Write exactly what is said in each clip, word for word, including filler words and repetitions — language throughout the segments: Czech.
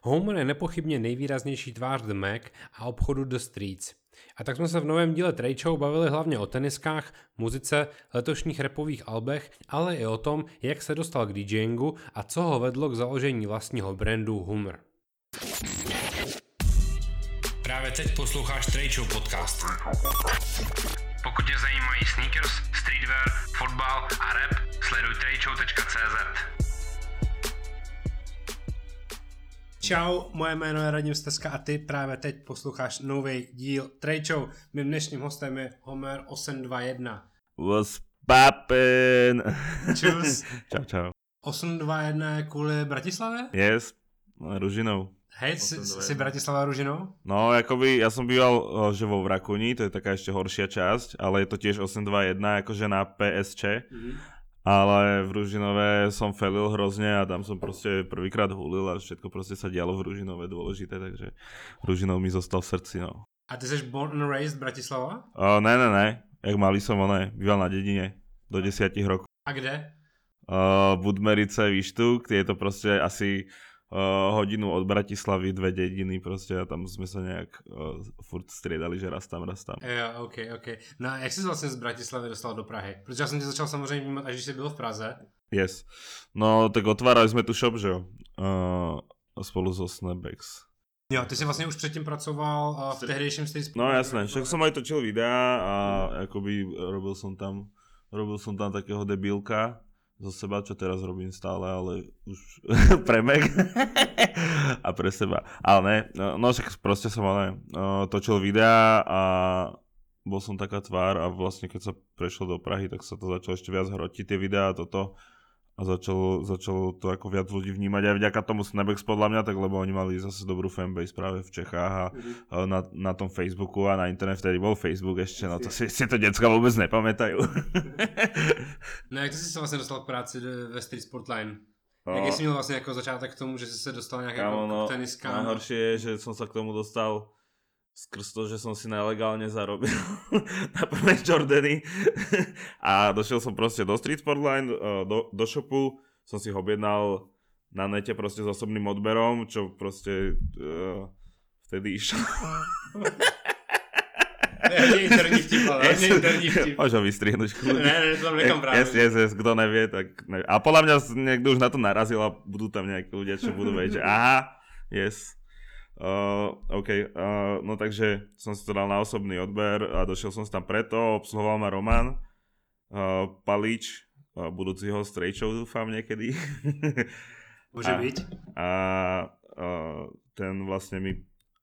Homer je nepochybně nejvýraznější tvář The Mac a obchodu The Streets. A tak jsme se v novém díle Trade Show bavili hlavně o teniskách, muzice, letošních rapových albech, ale i o tom, jak se dostal k DJingu a co ho vedlo k založení vlastního brandu Homer. Právě teď posloucháš Trade Show podcast. Pokud tě zajímají sneakers, streetwear, fotbal a rap, sleduj tradeshow tečka cé zet. Čau, moje jméno je Radim Stezka a ty právě teď posloucháš nový díl Trade Show. Mým dnešním hostem je Homer osm dva jedna. What's poppin'? Čus. Čau, čau. osm dva jedna je kvůli Bratislavě? Yes, Ružinou. Hej, jsi, jsi Bratislava Ružinou? No, jakoby, ja som býval že vo Vrakuni, to je taká ešte horšia časť, ale je to tiež osm dva jedna, akože na pé es čé. Mm-hmm. Ale v Ružinove som felil hrozne a tam som proste prvýkrát hulil a všetko proste sa dialo v Ružinove dôležité, takže Ružinov mi zostal v srdci, no. A ty jsi born and raised Bratislava? Uh, ne, ne, ne, jak malý som, oné, býval na dedine do desiatich rokov. A kde? Uh, Budmerice, Výštuk, je to proste asi Uh, hodinu od Bratislavy, dve dediny proste a tam sme sa nejak uh, furt striedali, že raz tam, raz tam. Jo, ok, ok. No a jak jsi vlastně z Bratislavy dostal do Prahy? Protože já jsem tě začal samozřejmě vnímat, až když jsi byl v Praze. Yes. No, tak otvárali sme tu shop, že jo? Uh, spolu so Snapex. Jo, ty jsi vlastně už předtím pracoval uh, v tehdejším Street Sportu. No jasné, však som aj točil videa a akoby robil som tam, robil som tam takého debílka zo seba, čo teraz robím stále, ale už pre Mac a pre seba. Ale ne, no však proste som ale točil videa a bol som taká tvár a vlastne keď sa prešlo do Prahy, tak sa to začalo ešte viac hrotiť tie videá a toto a začalo, začalo to ako viac ľudí vnímať aj vďaka tomu Snapex podľa mňa, tak lebo oni mali zase dobrú fanbase práve v Čechách a mm-hmm. na, na tom Facebooku a na internet, vtedy bol Facebook ešte, no to si, si to decka vôbec nepamätajú. No jak ty si sa vlastne dostal k práci ve Street Sport Line? No. Jak jsi měl vlastně jako začátek k tomu, že jsi se dostal nějak Kámo, jako no, k teniskám? Najhoršie je, že som sa k tomu dostal skrz to, že som si nelegálne zarobil na prvé Jordany a došiel som proste do Street Sport Line, do, do shopu, som si ho objednal na nete proste s osobným odberom, čo proste uh, vtedy išlo. Hodně interní vtip, ale hodně interní vtip. Môžeš ho vystrihnúť. Ne, ne, to tam nekam právě. Yes, yes, yes, kto nevie, tak nevie. A podľa mňa niekto už na to narazil a budú tam nejakí ľudia, čo budú vedieť, že aha, yes. Uh, OK, uh, no takže som si to dal na osobný odber a došiel som si tam preto, obsluhoval ma Roman uh, Palič, uh, budúci host Trade Show, dúfam niekedy. Môže a, byť. A uh, ten vlastne mi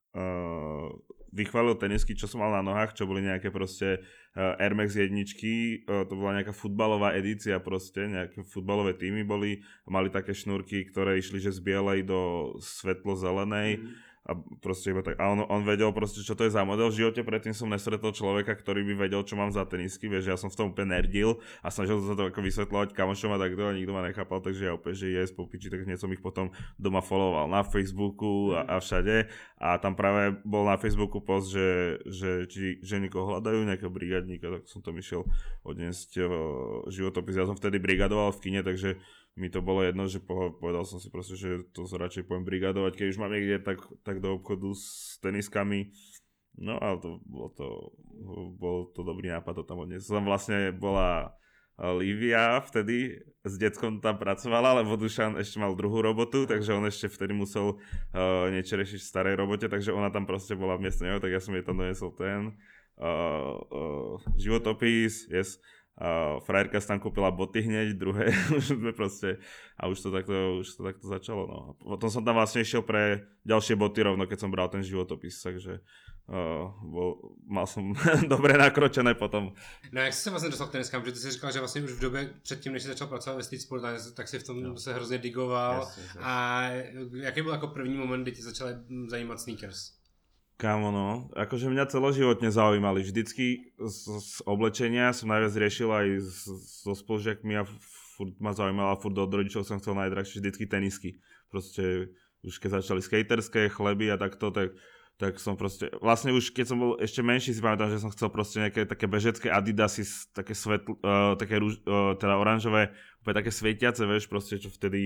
uh, vychválil tenisky, čo som mal na nohách, čo boli nejaké proste uh, Air Max jedničky, uh, to bola nejaká futbalová edícia proste, nejaké futbalové týmy boli, mali také šnúrky, ktoré išli že z bielej do svetlo-zelenej. Mm. A proste iba tak, a on, on vedel proste, čo to je za model. V živote predtým som nestretol človeka, ktorý by vedel, čo mám za tenisky, vieš, ja som v tom úplne nerdil a snažil sa to ako vysvetľovať kamošom a takto a nikto ma nechápal, takže ja úplne, že je po piči, tak hneď som ich potom doma followoval na Facebooku a, a všade a tam práve bol na Facebooku post, že, že či ženy koho hľadajú, nejakého brigadníka, tak som tam išiel odniesť uh, životopis. Ja som vtedy brigadoval v kine, takže mi to bolo jedno, že povedal som si proste, že to radšej poviem brigadovať, keď už mám niekde tak, tak do obchodu s teniskami. No a to bolo to, bol to dobrý nápad to tam odniesť. Tam vlastne bola Lívia vtedy, s deckom tam pracovala, lebo Dušan ešte mal druhú robotu, takže on ešte vtedy musel uh, niečo riešiť v starej robote, takže ona tam proste bola v miesto neho, tak ja som jej tam donesol ten uh, uh, životopis, yes. Uh, frajerka si tam kúpila boty hneď, druhé už sme proste a už to takto, už to takto začalo, no. Potom som tam vlastne išiel pre ďalšie boty rovno, keď som bral ten životopis, takže uh, bol, mal som dobre nakročené potom. No jak jsi se vlastně dostal k teniskám, protože ty jsi říkal, že vlastně už v době předtím, než jsi začal pracovat ve Street Sport, tak si v tom no. se hrozně digoval. Yes, yes, yes. A jaký byl jako první moment, kdy ti začaly zajímat sneakers? Kámo, no, akože mňa celoživotne zaujímali. Vždycky z, z oblečenia som najviac riešil aj so spolužiakmi a furt ma zaujímalo a furt od rodičov som chcel najdrahšie vždycky tenisky. Proste už keď začali skaterské chleby a takto, tak, tak som proste, vlastne už keď som bol ešte menší si pamätám, že som chcel proste nejaké také bežecké Adidasy, také svetl, uh, také rúž, uh, teda oranžové, úplne také svietiace, vieš, proste čo vtedy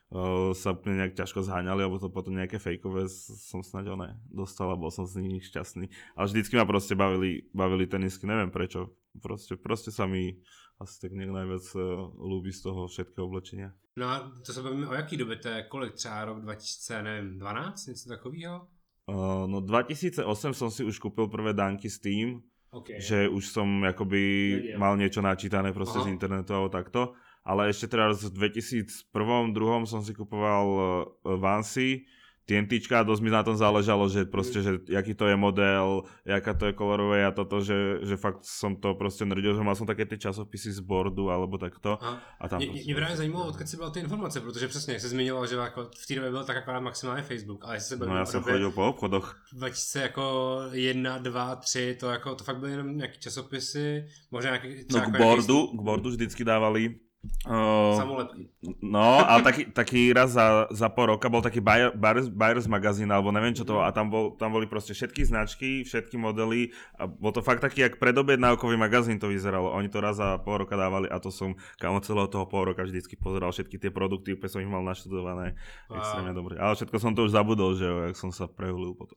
uh, sa úplne nejak ťažko zháňali, alebo to potom nejaké fejkové som snáď oné dostal a bol som z nich šťastný. Ale vždycky ma proste bavili, bavili tenisky, neviem prečo. Proste, proste sa mi asi tak nejak najviac uh, ľúbi z toho všetkého oblečenia. No a to se bavíme o jaký době, to je kolik, třeba rok dva tisíce dvanáct, něco takového? Uh, no dva tisíce osem som si už kúpil prvé dánky s tým, okay. Že už som akoby Nedia. mal niečo načítané proste Aha. z internetu alebo takto. Ale ešte teraz v dvetisícjeden, druhom som si kupoval uh, Vansy, TNTčka a dosť mi na tom záležalo, že proste, že jaký to je model, jaká to je kolorové a toto, že, že fakt som to proste nrdil, že mal som také ty časopisy z boardu alebo takto. A, a tam mě, mě právě zajímalo, odkud si byl ty informace, protože přesně, jak se zmiňoval, že jako v té době byl tak akorát maximálně Facebook, ale jestli se byl no já jsem chodil po obchodoch. dva tisíce jako jedna, dva, tři, to jako, to fakt byly jenom nějaký časopisy, možná nějaký... No k boardu, nějaký... k boardu vždycky dávali Uh, samolepky. No, ale taký, taký raz za, za pol roka bol taký Buyer, Buyers, Buyers magazín, alebo neviem čo to, a tam, bol, tam boli proste všetky značky, všetky modely a bol to fakt taký, jak predobjednávkový magazín to vyzeralo. Oni to raz za pol roka dávali a to som kamo celého toho pol roka vždycky pozeral všetky tie produkty, úplne som ich mal naštudované. Wow. Extrémne dobre. Ale všetko som to už zabudol, že jo, jak som sa prehulil potom.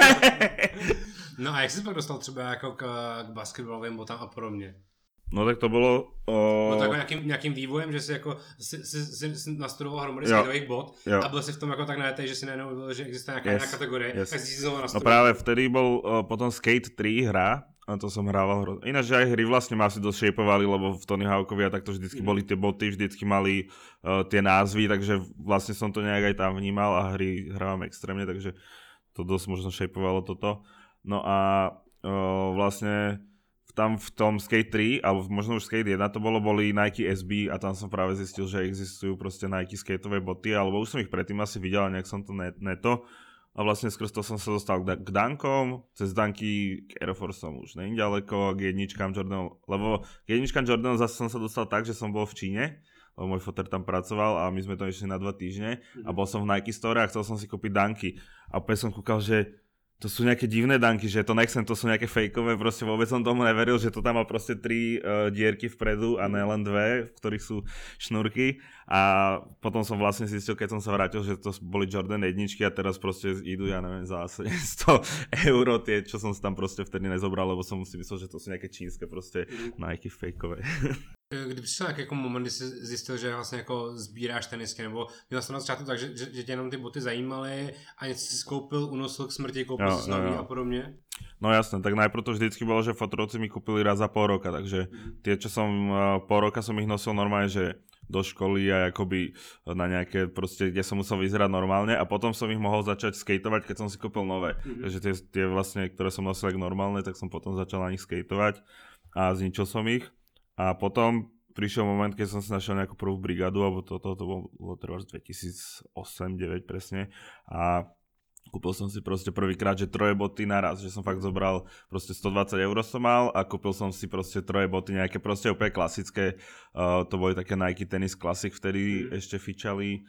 No a jak si pak dostal třeba jako k, k basketbalovým botám a podobně? No tak to bylo... Uh... No tak nějakým, nějakým vývojem, že si jako si, si, si, si nastudoval hromady skateových bot jo. A byl si v tom jako tak najetej, že si najednou uvěděl, že existuje nějaká yes. jiná kategorie, yes. Tak si si znovu nastudoval. No právě vtedy bol uh, potom Skate tri hra, a to som hrával hrozne. Ináč aj hry vlastne ma asi dosť shapeovali, lebo v Tony Hawkovi a takto vždycky mm. boli tie boty, vždycky mali uh, tie názvy, takže vlastne som to nejak aj tam vnímal a hry hrávam extrémne, takže to dosť možno shapeovalo toto. No a uh, vlastne tam v tom Skate tri, alebo možno už Skate jeden to bolo, boli Nike es bé a tam som práve zistil, že existujú proste Nike skateové boty, alebo už som ich predtým asi videl, nejak som to net, neto a vlastne skrz to som sa dostal k, k Dunkom, cez Dunky k Air Forceom už není ďaleko, k jedničkám Jordan, lebo k jedničkám Jordan zase som sa dostal tak, že som bol v Číne, lebo môj foter tam pracoval a my sme tam išli na dva týždne a bol som v Nike Store a chcel som si kúpiť Dunky a opäť som kúkal, že to sú nejaké divné danky, že to nechcem, to sú nejaké fejkové, proste vôbec som tomu neveril, že to tam má proste tri uh, dierky vpredu a ne len dve, v ktorých sú šnúrky a potom som vlastne zistil, keď som sa vrátil, že to boli Jordan jedničky a teraz proste idú, ja neviem, za sedemsto eur tie, čo som si tam proste vtedy nezobral, lebo som si myslel, že to sú nejaké čínske proste Nike fejkové. Kdy přišel nějaký jako moment, kdy jsi zjistil, že vlastně jako sbíráš tenisky, nebo měl jsem na začátku tak, že, že, že tě jenom ty boty zajímaly a něco si skoupil, unosil k smrti, koupil jo, si nový a podobně? No jasné, tak najprv to vždycky bolo, že fotrovci mi kúpili raz za pol roka, takže mm. tie, čo som, pol roka som ich nosil normálne, že do školy a akoby na nejaké proste, kde som musel vyzerať normálne a potom som ich mohol začať skateovať, keď som si kúpil nové. Mm. Takže tie, tie vlastne, ktoré som nosil ako normálne, tak som potom začal na nich skateovať a zničil som ich. A potom prišiel moment, keď som si našiel nejakú prvú brigádu, alebo toto to, to bolo trvá dvetisícosem deväť presne. A kúpil som si proste prvýkrát, že troje boty naraz, že som fakt zobral proste stodvadsať eur som mal a kúpil som si proste troje boty, nejaké proste úplne klasické. Uh, to boli také Nike Tennis Classic, vtedy mm. ešte fičali.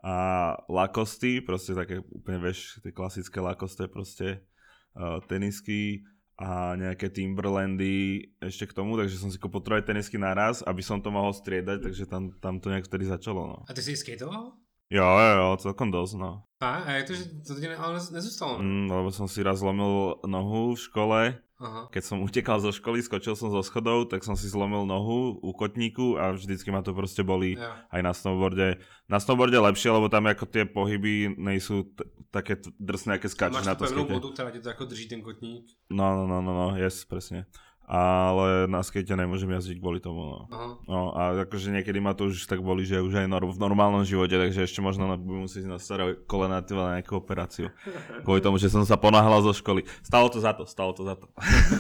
A Lacoste, proste také úplne, vieš, tie klasické Lacoste proste uh, tenisky. A nejaké Timberlandy ešte k tomu, takže som si kúpil troje tenisky naraz, aby som to mohol striedať, takže tam, tam to nejak vtedy začalo, no. A ty si skateoval? Jo, jo, jo, celkom dosť, no. A, a jak to, že to ti ne, ale nezostalo? Mm, lebo som si raz zlomil nohu v škole, aha. Keď som utekal zo školy, skočil som zo schodov, tak som si zlomil nohu u kotníku a vždycky ma to proste boli ja. Aj na snowboarde. Na snowboarde lepšie, lebo tam ako tie pohyby nejsú t- také t- drsné, aké skáčeš na to skate. Máš pevnou bodu, ktorá ti to ako drží ten kotník? No, no, no, no, no, yes, presne. Ale na skate nemôžem jazdiť kvôli tomu, no. No a akože niekedy ma to už tak boli, že už aj nor- v normálnom živote, takže ešte možno budem musieť na staré kolena na nejakú operáciu. Kvôli tomu, že som sa ponáhľal zo školy. Stalo to za to, stalo to za to.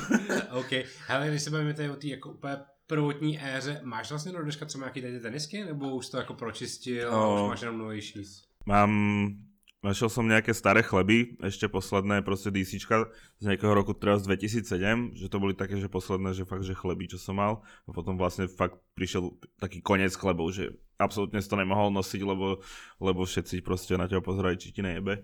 OK, hele, když se bavíme tady o té jako úplně prvotní éře, máš vlastně do dneška třeba nějaký tady tenisky, nebo už to jako pročistil a no, už máš jenom novější? Mám... Našiel som nejaké staré chleby, ešte posledné proste DCčka z nejakého roku teraz dvetisícsedem, že to boli také, že posledné, že fakt, že chleby, čo som mal. A potom vlastne fakt prišiel taký koniec chlebov, že absolútne si to nemohol nosiť, lebo, lebo všetci proste na teba pozerajú, či ti nejebe.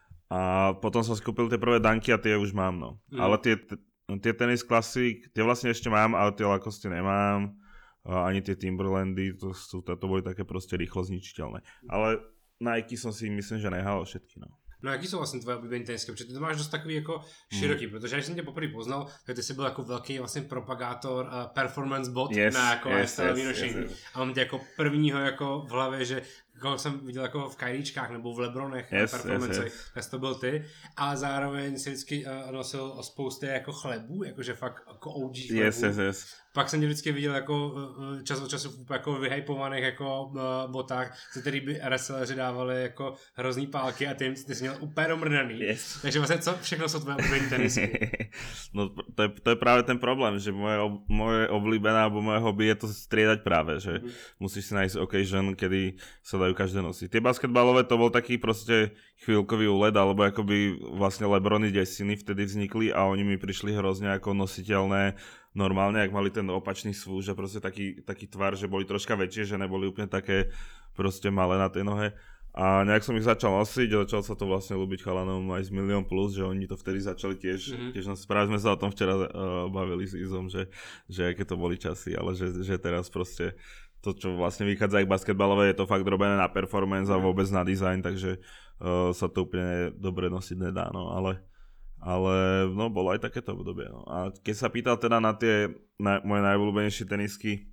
A potom som si kúpil tie prvé danky a tie už mám, no. Mm. Ale tie, tie Tennis Classic, tie vlastne ešte mám, ale tie Lacoste nemám. A ani tie Timberlandy, to, sú, to boli také proste rýchlo zničiteľné. Ale Nike som si myslím, že nehal všetky, no. No jaký jsou vlastně tvoje oblíbené tenisky? Protože ty to máš dost takový jako široký, hmm. protože když jsem tě poprvé poznal, tak ty jsi byl jako velký vlastně propagátor uh, performance bot yes, na jako yes, lifestyle yes, nošení. yes, yes. A mám tě jako prvního jako v hlavě, že jako jsem viděl jako v Kyriečkách nebo v Lebronech yes, performance, yes, yes. tak to byl ty. A zároveň si vždycky uh, nosil spousty jako chlebů, jakože fakt jako O G chlebů. Yes, yes, yes. Pak jsem tě vždycky viděl jako uh, čas od času v jako vyhypovaných jako uh, botách, ze kterých by wrestleři dávali jako hrozný pálky a ty, ty jsi měl úplně domrdaný. Yes. Takže vlastně co všechno jsou tvoje oblíbené tenisky? No to je, to je práve ten problém, že moje, moje oblíbené alebo moje hobby je to striedať práve, že mm. musíš si nájsť occasion, kedy sa dajú každé nosiť. Tie basketbalové to bol taký proste chvíľkový úlet, alebo akoby vlastne Lebrony desiny vtedy vznikli a oni mi prišli hrozne ako nositeľné normálne, ak mali ten opačný svúž, že proste taký, taký tvar, že boli troška väčšie, že neboli úplne také proste malé na tej nohe. A nejak som ich začal nosiť a začal sa to vlastne ľúbiť chalanom aj z Milión plus, že oni to vtedy začali tiež, mm-hmm. tiež nás, práve sme sa o tom včera uh, bavili s Izom, že, že aké to boli časy, ale že, že teraz proste to, čo vlastne vychádza aj basketbalové, je to fakt robené na performance a vôbec na design, takže uh, sa to úplne dobre nosiť nedá, no ale ale no bolo aj takéto obdobie, no. A keď sa pýtal teda na tie na, moje najobľúbenejšie tenisky,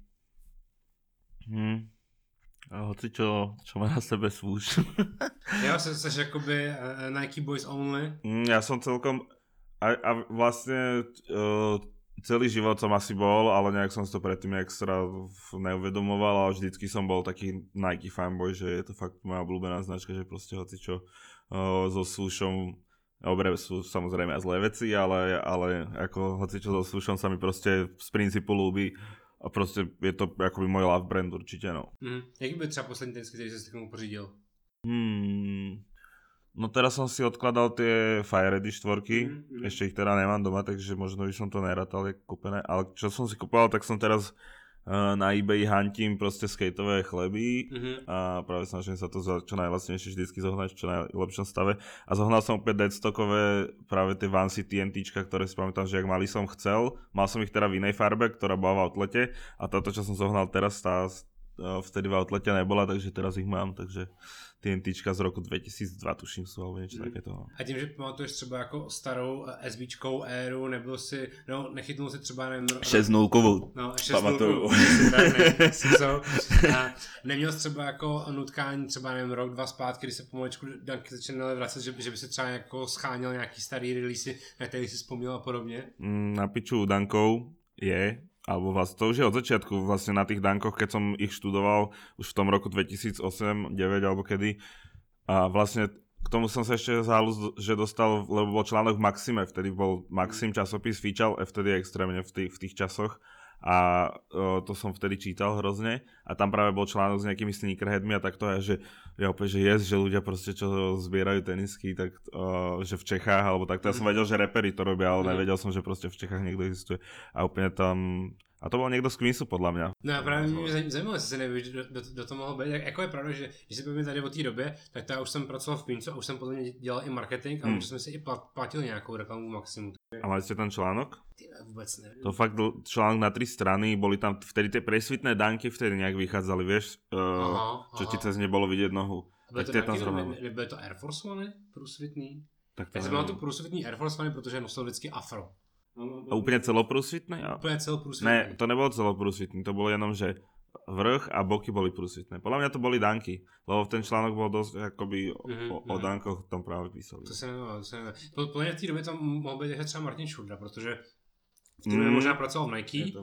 hm, a hoci čo, čo má na sebe svúš. Jo, jsi jakoby uh, Nike Boys Only? Mm, ja som celkom, a, a vlastne uh, celý život som asi bol, ale nejak som si to predtým extra neuvedomoval a vždycky som bol taký Nike fanboy, že je to fakt moja obľúbená značka, že proste hoci čo uh, so svúšom. Dobre, sú samozrejme aj zlé veci, ale, ale ako hoci čo so svúšom sa mi proste z princípu ľúbi. A prostě je to jakoby můj love brand určitě, no. Mm. Jaký byl třeba poslední tenisky, který jsi si k tomu pořídil? Hmm. No teraz som si odkladal tie Fire Ready štvorky, mm, mm. ešte ich teda nemám doma, takže možno by som to nerátal, jak kúpené. Ale čo som si kupoval, tak som teraz uh, na eBay hantím proste skateové chleby mm-hmm. a práve snažím sa to za čo najlacnejšie vždycky zohnať v čo najlepšom stave. A zohnal som opäť deadstockové práve tie Vancy TNTčka, ktoré si pamätám, že jak malý som chcel. Mal som ich teda v inej farbe, ktorá bola v outlete a táto, čo som zohnal teraz, tá uh, vtedy v outlete nebola, takže teraz ich mám, takže TNTčka z roku dvetisícdva tuším sú, alebo niečo mm. takéto. A tím, že pamatuješ třeba jako starou SBčkovou éru, nebyl si, no nechytnul si třeba, nevím... šest nulkovou. No, šest nulkovou. A neměl jsi třeba jako nutkání třeba, nevím, rok, dva zpátky, kdy se pomaličku danky začínaly vracet, že, že by se třeba jako scháněl nějaký starý releasy, na který si vzpomněl a podobně? Mm, na piču dankov je... Alebo vlastne to už je od začiatku, vlastne na tých dankoch, keď som ich študoval už v tom roku dvetisícosem deväť alebo kedy. A vlastne k tomu som sa ešte záľud, že dostal, lebo bol článok v Maxime, vtedy bol Maxim časopis, fíčal vtedy extrémne v tých, v tých časoch. A o, to som vtedy čítal hrozne a tam práve bol článok s nejakými sneakerheadmi a takto a že ja opäť, že yes, že ľudia proste čo zbierajú tenisky, tak o, že v Čechách alebo takto. Ja som vedel, že reperi to robia, ale nevedel som, že proste v Čechách niekto existuje a úplne tam... A to byl někdo z Queensu, podle mě. No a právě mě zajímalo, jestli se nevíš, do, do, do toho mohlo být. Jak, jako je pravda, že když si povím tady o té době, tak to já už jsem pracoval v Queensu a už jsem podle mě dělal i marketing a hmm. už jsme si i plat, platili nějakou reklamu Maximu. A máte ten článok? Ty, vůbec nevím. To fakt článok na tri strany, boli tam vtedy tie presvitné danky, vtedy nejak vychádzali, vieš, uh, aha, čo aha. ti cez ne bolo vidieť nohu. Byly to, tam zrovna... ne, nebyly to Air Force One průsvitný? Tak to já jsem měl tu průsvitný Air Force One, protože nosil vždycky afro. A úplně celoprúsvitné? Ja? Úplně celoprúsvitné. Ne, to nebolo celoprúsvitné, to bolo jenom, že vrch a boky boli prúsvitné. Podľa mňa to boli danky, lebo ten článok bol dosť akoby mm-hmm. o, o dankoch tam právě písali. To se nevím, to se nevím. Podle mě v té době tam mohl být třeba Martin Šurda, protože v té době mm. možná pracoval v Nike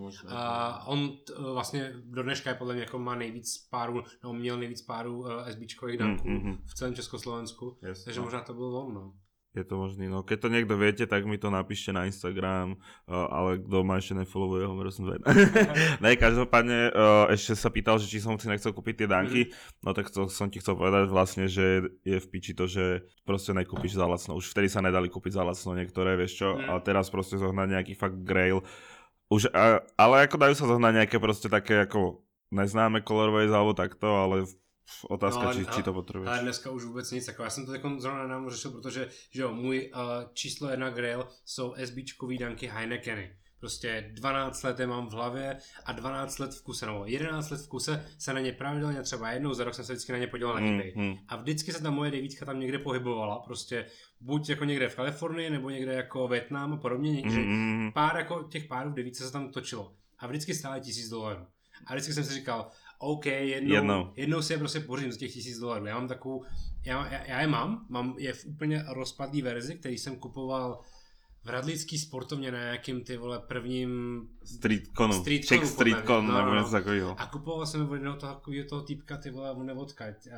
a on t, vlastně do dneška je podle mě jako má nejvíc párů, no měl nejvíc párů uh, SBčkových danků mm-hmm. v celém Československu, yes, takže no. možná to byl on, no. Je to možný, no keď to niekto viete, tak mi to napíšte na Instagram, uh, ale kto ma ešte nefollowuje, ho prosím zvedať. Ne, každopádne uh, ešte sa pýtal, že či som si nechcel kúpiť tie danky, mm. no tak to som ti chcel povedať vlastne, že je v piči to, že proste nekúpiš za lacno. Už vtedy sa nedali kúpiť za lacno niektoré, vieš čo, mm. a teraz proste zohnať nejaký fakt grail. Už, uh, ale ako dajú sa zohnať nejaké proste také ako neznáme colorways alebo takto, ale otázka, no, či, či to potřebuješ. Ale dneska už vůbec nic, jako já jsem to jako zrovna nám řešil, protože že jo, můj uh, číslo jedna grail jsou SBčkový danky Heinekeny. Prostě dvanáct let je mám v hlavě a dvanáct let v kuse, nebo jedenáct let v kuse se na ně pravidelně, třeba jednou za rok jsem se vždycky na ně podíval na eBay. Mm, mm. A vždycky se ta moje devítka tam někde pohybovala, prostě buď jako někde v Kalifornii, nebo někde jako Vietnam a podobně, někde, mm. pár jako těch párů v devítce se tam točilo. A vždycky stále tisíc dolarů. A vždycky jsem si říkal, OK, jednou, jednou. jednou si je prostě pořídím z těch tisíc dolarů. Já mám takovou, já, já, já je mám, mám je v úplně rozpadlý verzi, který jsem kupoval v radlický sportovně na nějakým ty vole prvním Streetconu, street Czech Streetcon no, nebo no. něco takového. A kupoval jsem od jednoho toho, toho týpka, ty vole, on neodkaď. Uh,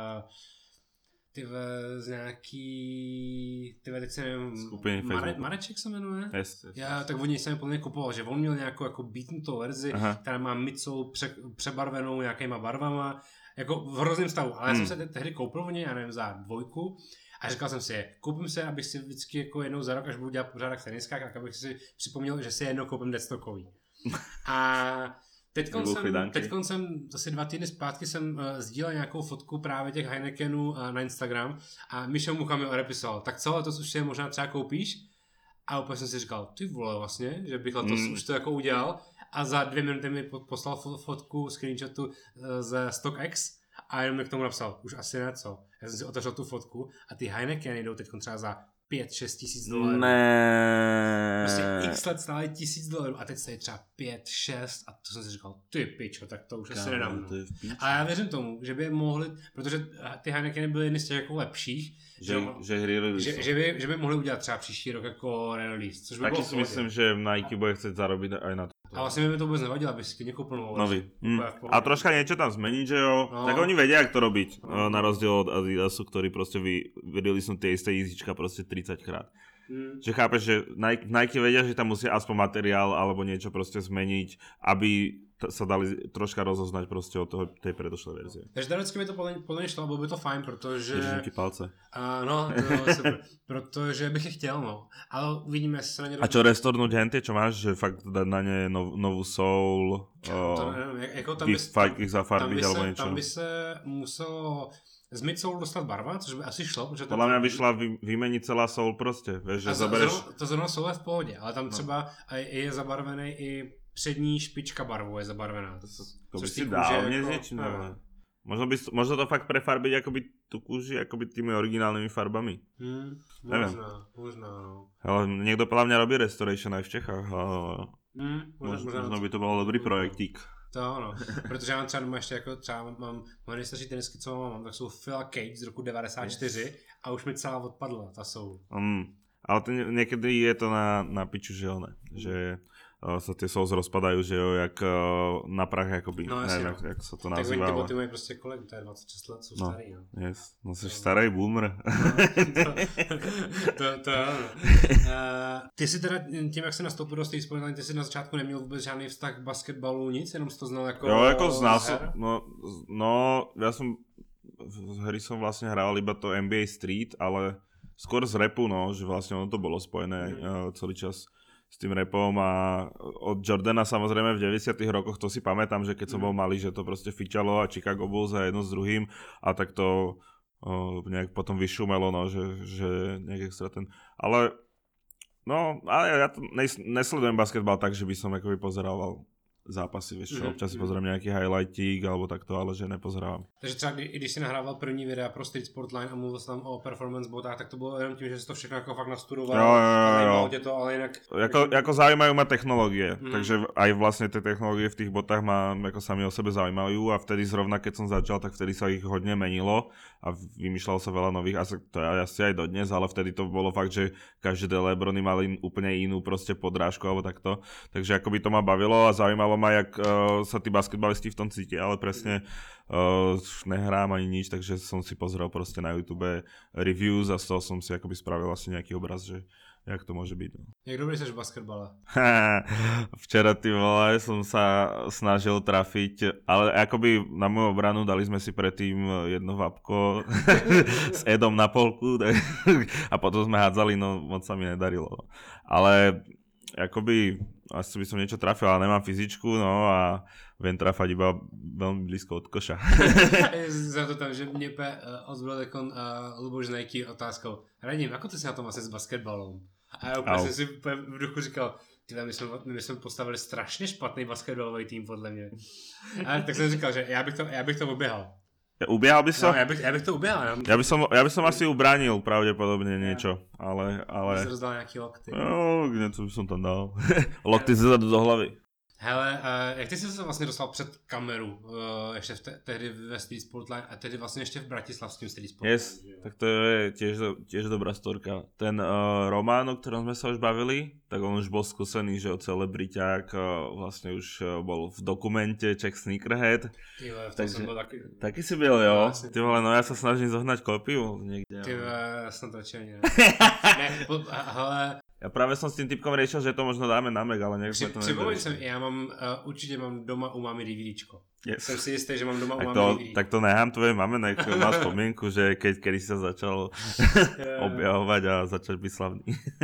ty vole, z nějaký, ty vole, teď se nevím, Mare, Mareček se jmenuje? Yes, yes, Já, tak od něj jsem plně kupoval, že on měl nějakou jako beatnutou verzi, aha, která má micou pře, přebarvenou nějakýma barvama, jako v hrozném stavu, ale hmm. já jsem se tehdy koupil od něj, já nevím, za dvojku, a říkal jsem si, koupím se, abych si vždycky jako jednou za rok, až budu dělat pořádek v teniskách, tak abych si připomněl, že si jednou koupím deadstockový. A teďkon jsem, teďkon jsem asi dva týdny zpátky jsem uh, sdílel nějakou fotku právě těch Heinekenů uh, na Instagram a Michel Mucha mi odepisoval, tak co, letos už si je možná třeba koupíš? A úplně jsem si říkal, ty vole vlastně, že bych letos mm. už to jako udělal a za dvě minuty mi poslal fotku, screenshotu uh, ze StockX a jenom mi k tomu napsal, už asi ne, co. Já jsem si otevřel tu fotku a ty Heinekeny jdou teď třeba za pět šest tisíc dolarů. Ne. Prostě x let stále tisíc dolarů a teď stojí třeba pět šest a to jsem si říkal, ty pičo, tak to už asi nedám. No. A já věřím tomu, že by je mohli, protože ty Heinekeny byly jedny z těch jako lepších, že, že, že, že, že, by, že by mohli udělat třeba příští rok jako release, což by taky bylo si myslím, že Nike bude chcieť zarobiť aj na to. A vlastne mi to vôbec nevadilo, aby si keď nekoupil novú. Nový. Mm. A troška niečo tam zmeniť, že jo? No. Tak oni vedia, jak to robiť. No. Na rozdiel od Adidasu, ktorí proste vy, vydali sú tie isté jízička proste tridsať krát. Mm. Že chápeš, že Nike, Nike vedia, že tam musí aspoň materiál alebo niečo proste zmeniť, aby t- sa dali troška rozoznať proste od toho, tej predošlej verzie. Takže teoreticky by to podle mě šlo, bylo by to fajn, protože... Držím ti palce. Uh, no, no super. Protože bych je chtěl, no. Ale uvidíme, jestli se na ně... A čo restornúť hentie, čo máš, že fakt dať na ne nov, novú soul, to nevím, jako tam by, ich zafarbiť alebo niečo. Tam by se muselo... Z mid-soul dostat barva, což by asi šlo, protože... Podľa mňa by šla vy, vymeniť celá soul proste, vieš, že zabereš... Zrovna, to zrovna soul je v pohodě, ale tam třeba no. je zabarvený i přední špička barvou je zabarvená. To, to by si dal, mne s niečím možno, by, možno to fakt prefarbiť akoby tú kúži akoby tými originálnymi farbami. Hmm, možná, možná, no. Ale niekto podľa mňa robí restoration aj v Čechách. Hmm, možná, možno, možno by to bol dobrý projektík. To ano, protože já mám třeba doma ještě jako třeba mám, moje nejstarší tenisky, co mám, tak jsou Phila Kate z roku devadesát čtyři yes. A už mi celá odpadla, ta jsou. Um, ale to někdy je to na, na piču, že jo, ne? Že uh, sa tie souls rozpadajú, že jo, jak uh, na prach, jakoby, no, nevím, no. jak, jak sa to tak nazýva. Tak oni ty boty mají prostě kolik, to je dvacet šest let, jsou no, starý, no. Yes, no jsi starý boomer. No, to, to, to ano. Uh, ty si teda tím, jak jsi nastoupil do Street Sports, ty jsi na začátku neměl vůbec žádný vztah k basketbalu, nic, jenom jsi to znal jako... Jo, jako znal som, no, no, ja som, z hry som vlastne hral iba to N B A Street, ale skôr z rapu, no, že vlastne ono to bolo spojené mm. uh, celý čas s tým rapom a od Jordana samozrejme v deväťdesiatych rokoch to si pamätám, že keď som bol malý, že to proste fičalo a Chicago Bulls a jedno s druhým a tak to uh, nejak potom vyšumelo, no, že, že nejak extra ten, ale no, ale ja to nes, nesledujem basketbal tak, že by som akoby pozeral zápasy, vieš čo, občas si pozerám nejaký highlightík alebo takto, ale že nepozerám. Takže třeba kdy, když si nahrával první videa pro Street Sport Line a mluvil tam o performance botách, tak to bylo jenom tím, že si to všechno jako fakt nastudoval jo, jo, jo, a zajímalo tě to, ale jinak... Jako, jako zaujímajú ma technológie, hmm. takže aj vlastne tie technológie v tých botách ma ako sami o sebe zaujímajú a vtedy zrovna keď som začal, tak vtedy sa ich hodne menilo a vymýšľalo sa veľa nových, asi to je asi aj dodnes, ale vtedy to bolo fakt, že každé Lebrony mali úplne inú proste podrážku alebo takto, takže akoby to ma bavilo a zaujímalo ma, jak uh, sa tí basketbalisti v tom cítia, ale presne uh, nehrám ani nič, takže som si pozrel proste na YouTube reviews a z toho som si akoby spravil asi nejaký obraz, že jak to môže byť. No. Jak dobrý seš v basketbale? Včera, ty vole, som sa snažil trafiť, ale akoby na moju obranu dali sme si predtým jedno vapko s Edom na polku a potom sme hádzali, no moc sa mi nedarilo. Ale akoby asi by som niečo trafil, ale nemám fyzičku, no a viem trafať iba veľmi blízko od koša. Za to tam, že mě pe ozbral takon uh, Luboš Nike otázkou. Radim, ako ty si na tom asi s basketbalom? A já úplně jsem si v duchu říkal, Tyhle, my jsme, my jsme postavili strašně špatný basketbalový tým, podle mě. A tak jsem říkal, že já bych to, já bych to uběhal. Uběhal by som? No, ja bych, ja bych to uběhal. Ja, ja, by som, ja by som asi ubránil pravdepodobne niečo, ale... ale... By si rozdal nejaký lokty. No, něco by som tam dal. Lokty zezadu do hlavy. Hele, uh, jak ty jsi se vlastně dostal před kameru, uh, ještě v te- tehdy ve Street Sportline a tehdy vlastně ještě v bratislavském Street Sportline? Yes, tak to je tiež, tiež dobrá storka. Ten uh, Román, o ktorom sme sa už bavili, tak on už bol skúsený, že o celebriťák, uh, vlastne už uh, bol v dokumente Czech Sneakerhead. Tyhle, v tom jsem byl taky. Taky si byl, jo? No, ty vole, no ja sa snažím zohnať kópiu niekde. Tyhle, ja som to čelil. Ne, po, ale... Ja práve som s tým typkom riešil, že to možno dáme na Meg, ale nech sme to Připomeň sem, já mám, uh, určite mám doma u mami DVDčko. Yes. Jsem si jistý, že mám doma tak u to, mami D V D. Tak to nechám tvojej mame, nech má spomienku, že keď, kedy sa začal objavovať a začať byť slavný.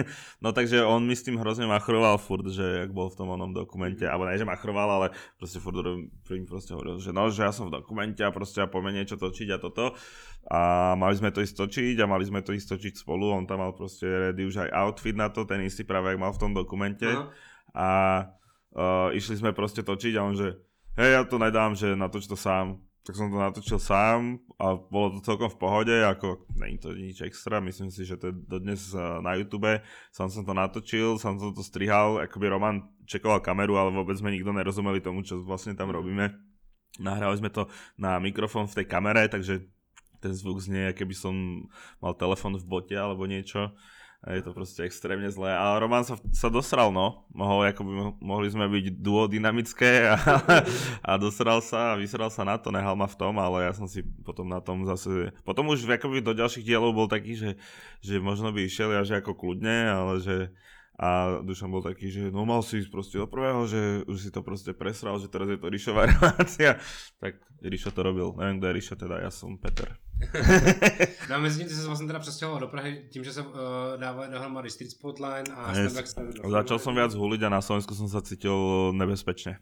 No takže on mi s tým hrozne machroval furt, že jak bol v tom onom dokumente, alebo ne, že machroval, ale proste furt im proste hovoril, že no, že ja som v dokumente a proste ja poďme niečo točiť a toto. A mali sme to ísť točiť a mali sme to ísť točiť spolu, on tam mal proste ready už aj outfit na to, ten istý práve jak mal v tom dokumente. Uh-huh. A uh, išli sme proste točiť a on že hej, ja to nedám, že natoč to sám. Tak som to natočil sám a bolo to celkom v pohode, ako není to nič extra, myslím si, že to je dodnes na YouTube. Sám som to natočil, sám som to strihal, akoby Roman čekoval kameru, ale vôbec sme nikto nerozumeli tomu, čo vlastne tam robíme. Nahrali sme to na mikrofón v tej kamere, takže ten zvuk znie, keby som mal telefon v bote alebo niečo. A je to proste extrémne zlé. Ale Roman sa, sa dosral, no. Mohol, akoby, mohli sme byť duo dynamické a, a dosral sa a vysral sa na to, nehal ma v tom, ale ja som si potom na tom zase... Potom už akoby do ďalších dielov bol taký, že, že možno by išiel ja, že ako kľudne, ale že... A Dušan bol taký, že no mal si ísť proste do prvého, že už si to proste presral, že teraz je to Rišová relácia. Tak Rišo to robil. Neviem, kto je Rišo, teda ja som Peter. No a mezi tím ty se vlastně teda přestěhoval do Prahy tím, že se uh, dávali dohromady Street Sportline a yes. Stand Back Stand. Začal som viac huliť a na Slovensku som sa cítil nebezpečne.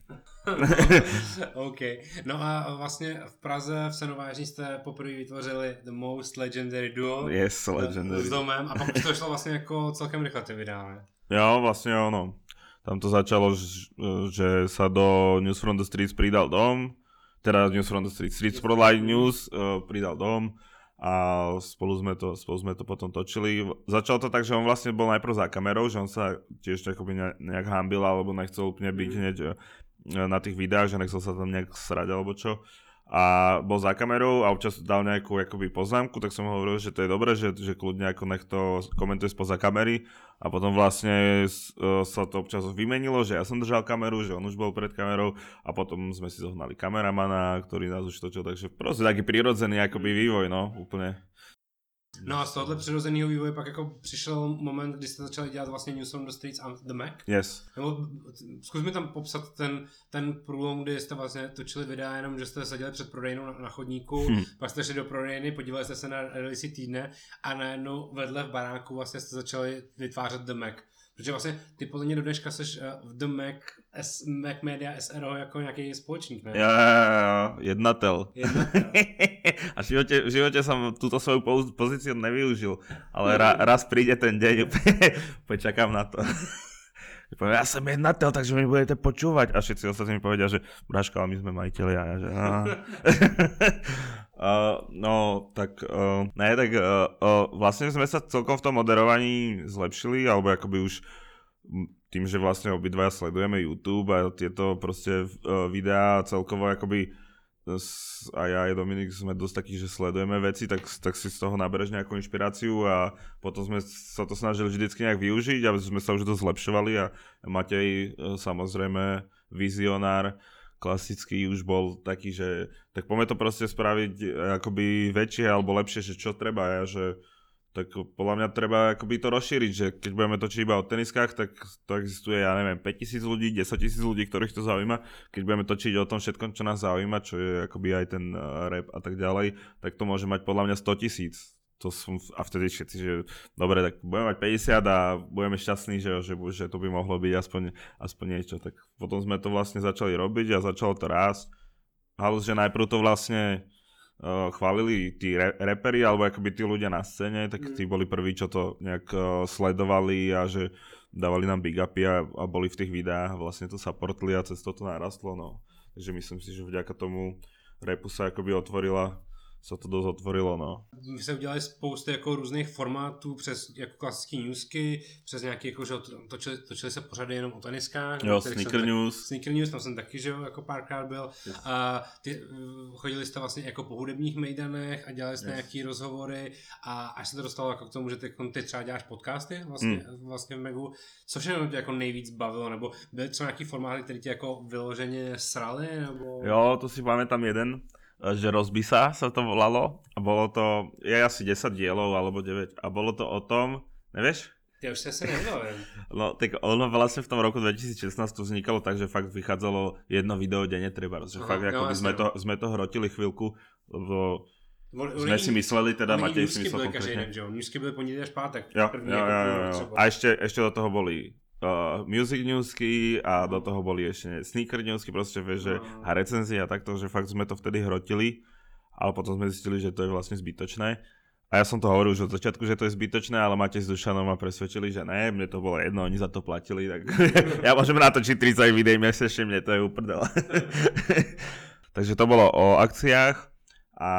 OK. No a vlastně v Praze v Senovážní jste poprvé vytvořili The Most Legendary Duo. Yes, Legendary. S Domem a pak to šlo vlastně jako celkem rychle ty videa, ne? Jo, vlastne ono. Tam to začalo, že sa do News from the Streets pridal Dom, teda News from the Streets, Street Sportline News uh, pridal Dom a spolu sme, to, spolu sme to potom točili. Začalo to tak, že on vlastne bol najprv za kamerou, že on sa tiež akoby nejak hambil alebo nechcel úplne byť hneď na tých videách, že nechcel sa tam nejak srať alebo čo. A bol za kamerou a občas dal nejakú akoby poznámku, tak som hovoril, že to je dobré, že, že kľudne ako nech to komentuje spoza kamery a potom vlastne uh, sa to občas vymenilo, že ja som držal kameru, že on už bol pred kamerou a potom sme si zohnali kameramana, ktorý nás už točil, takže proste taký prirodzený akoby vývoj, no, úplne. No a z tohohle přirozeného vývoje pak jako přišel moment, kdy jste začali dělat vlastně News from the Streets a The Mac. Yes. Nebo zkus mi tam popsat ten, ten průlom, kdy jste vlastně točili videa jenom, že jste seděli před prodejnou na, na chodníku, hmm. pak jste šli do prodejny, podívali jste se na release týdne a najednou vedle v baráku vlastně jste začali vytvářet The Mac. Protože vlastně ty podle mě do dneška seš v The Mac, S, Mac Media S R O jako nějaký společník, ne? Jo, jo, jo, jednatel. Jednatel. A v živote, v živote som túto svoju pozíciu nevyužil, ale ra, raz príde ten deň, počakám na to. Poviem, ja som jednatel, takže mi budete počúvať. A všetci ostatní mi povedia, že Braška, ale my sme majiteľi. A ja, že no. uh, no, tak uh, ne, tak uh, uh, vlastne sme sa celkom v tom moderovaní zlepšili, alebo akoby už tým, že vlastne obidvaja sledujeme YouTube a tieto proste uh, videá celkovo akoby a ja aj Dominik sme dosť takí, že sledujeme veci, tak, tak si z toho nabereš nejakú inšpiráciu a potom sme sa to snažili vždycky nejak využiť a sme sa už dosť zlepšovali a Matej samozrejme vizionár klasický už bol taký, že tak poďme to proste spraviť akoby väčšie alebo lepšie, že čo treba ja, že tak podľa mňa treba akoby to rozšíriť, že keď budeme točiť iba o teniskách, tak to existuje, ja neviem, päťtisíc ľudí, desaťtisíc ľudí, ktorých to zaujíma. Keď budeme točiť o tom všetkom, čo nás zaujíma, čo je akoby aj ten uh, rap a tak ďalej, tak to môže mať podľa mňa stotisíc. To som, a vtedy všetci, že dobre, tak budeme mať päťdesiat a budeme šťastní, že, že, že to by mohlo byť aspoň, aspoň niečo. Tak potom sme to vlastne začali robiť a začalo to rásť. Halus, že najprv to vlastne uh, chválili tí re- reperi, alebo akoby tí ľudia na scéne, tak tí boli prví, čo to nejak uh, sledovali a že dávali nám big upy a, a boli v tých videách a vlastne to supportli a cez to to narastlo, no. Takže myslím si, že vďaka tomu rapu sa akoby otvorila, se to dost otvorilo, no. My se udělali spoustu jako různých formátů přes jako klasické newsky, přes nějaký jako, že točili, točili se pořady jenom o teniskách. Jo, Sneaker tak, News. Sneaker News, tam jsem taky, že jo, jako párkrát byl. Yes. A ty, chodili jste vlastně jako po hudebních mejdanech a dělali jste yes. nějaký rozhovory a až se to dostalo jako k tomu, že ty, ty třeba děláš podcasty vlastně, mm. vlastně v Megu, co všechno tě jako nejvíc bavilo, nebo byly třeba nějaký formáty, které tě jako vyloženě srali, nebo... Jo, to si pamätám jeden, že Rozbí sa sa to volalo a bolo to, je asi desať dielov alebo deväť a bolo to o tom, nevieš? Ja už si asi neviem. No, tak ono vlastne v tom roku dvetisícšestnásť to vznikalo tak, že fakt vychádzalo jedno video denne treba, že Aha, fakt no, ako sme to, sme to hrotili chvíľku, lebo sme si mysleli, teda Matej si myslel konkrétne. Newsky byly pondělí až pátek. Jo, jo, jo, jo, jo. A ešte, ešte do toho boli Uh, music newsky a do toho boli ešte sneaker newsky, proste vieš, že a recenzie a takto, že fakt sme to vtedy hrotili, ale potom sme zistili, že to je vlastne zbytočné. A ja som to hovoril už od začiatku, že to je zbytočné, ale Matej s Dušanom ma presvedčili, že ne, mne to bolo jedno, oni za to platili, tak ja môžem natočiť tridsať videí mesačne, mne to je uprdel. Takže to bolo o akciách a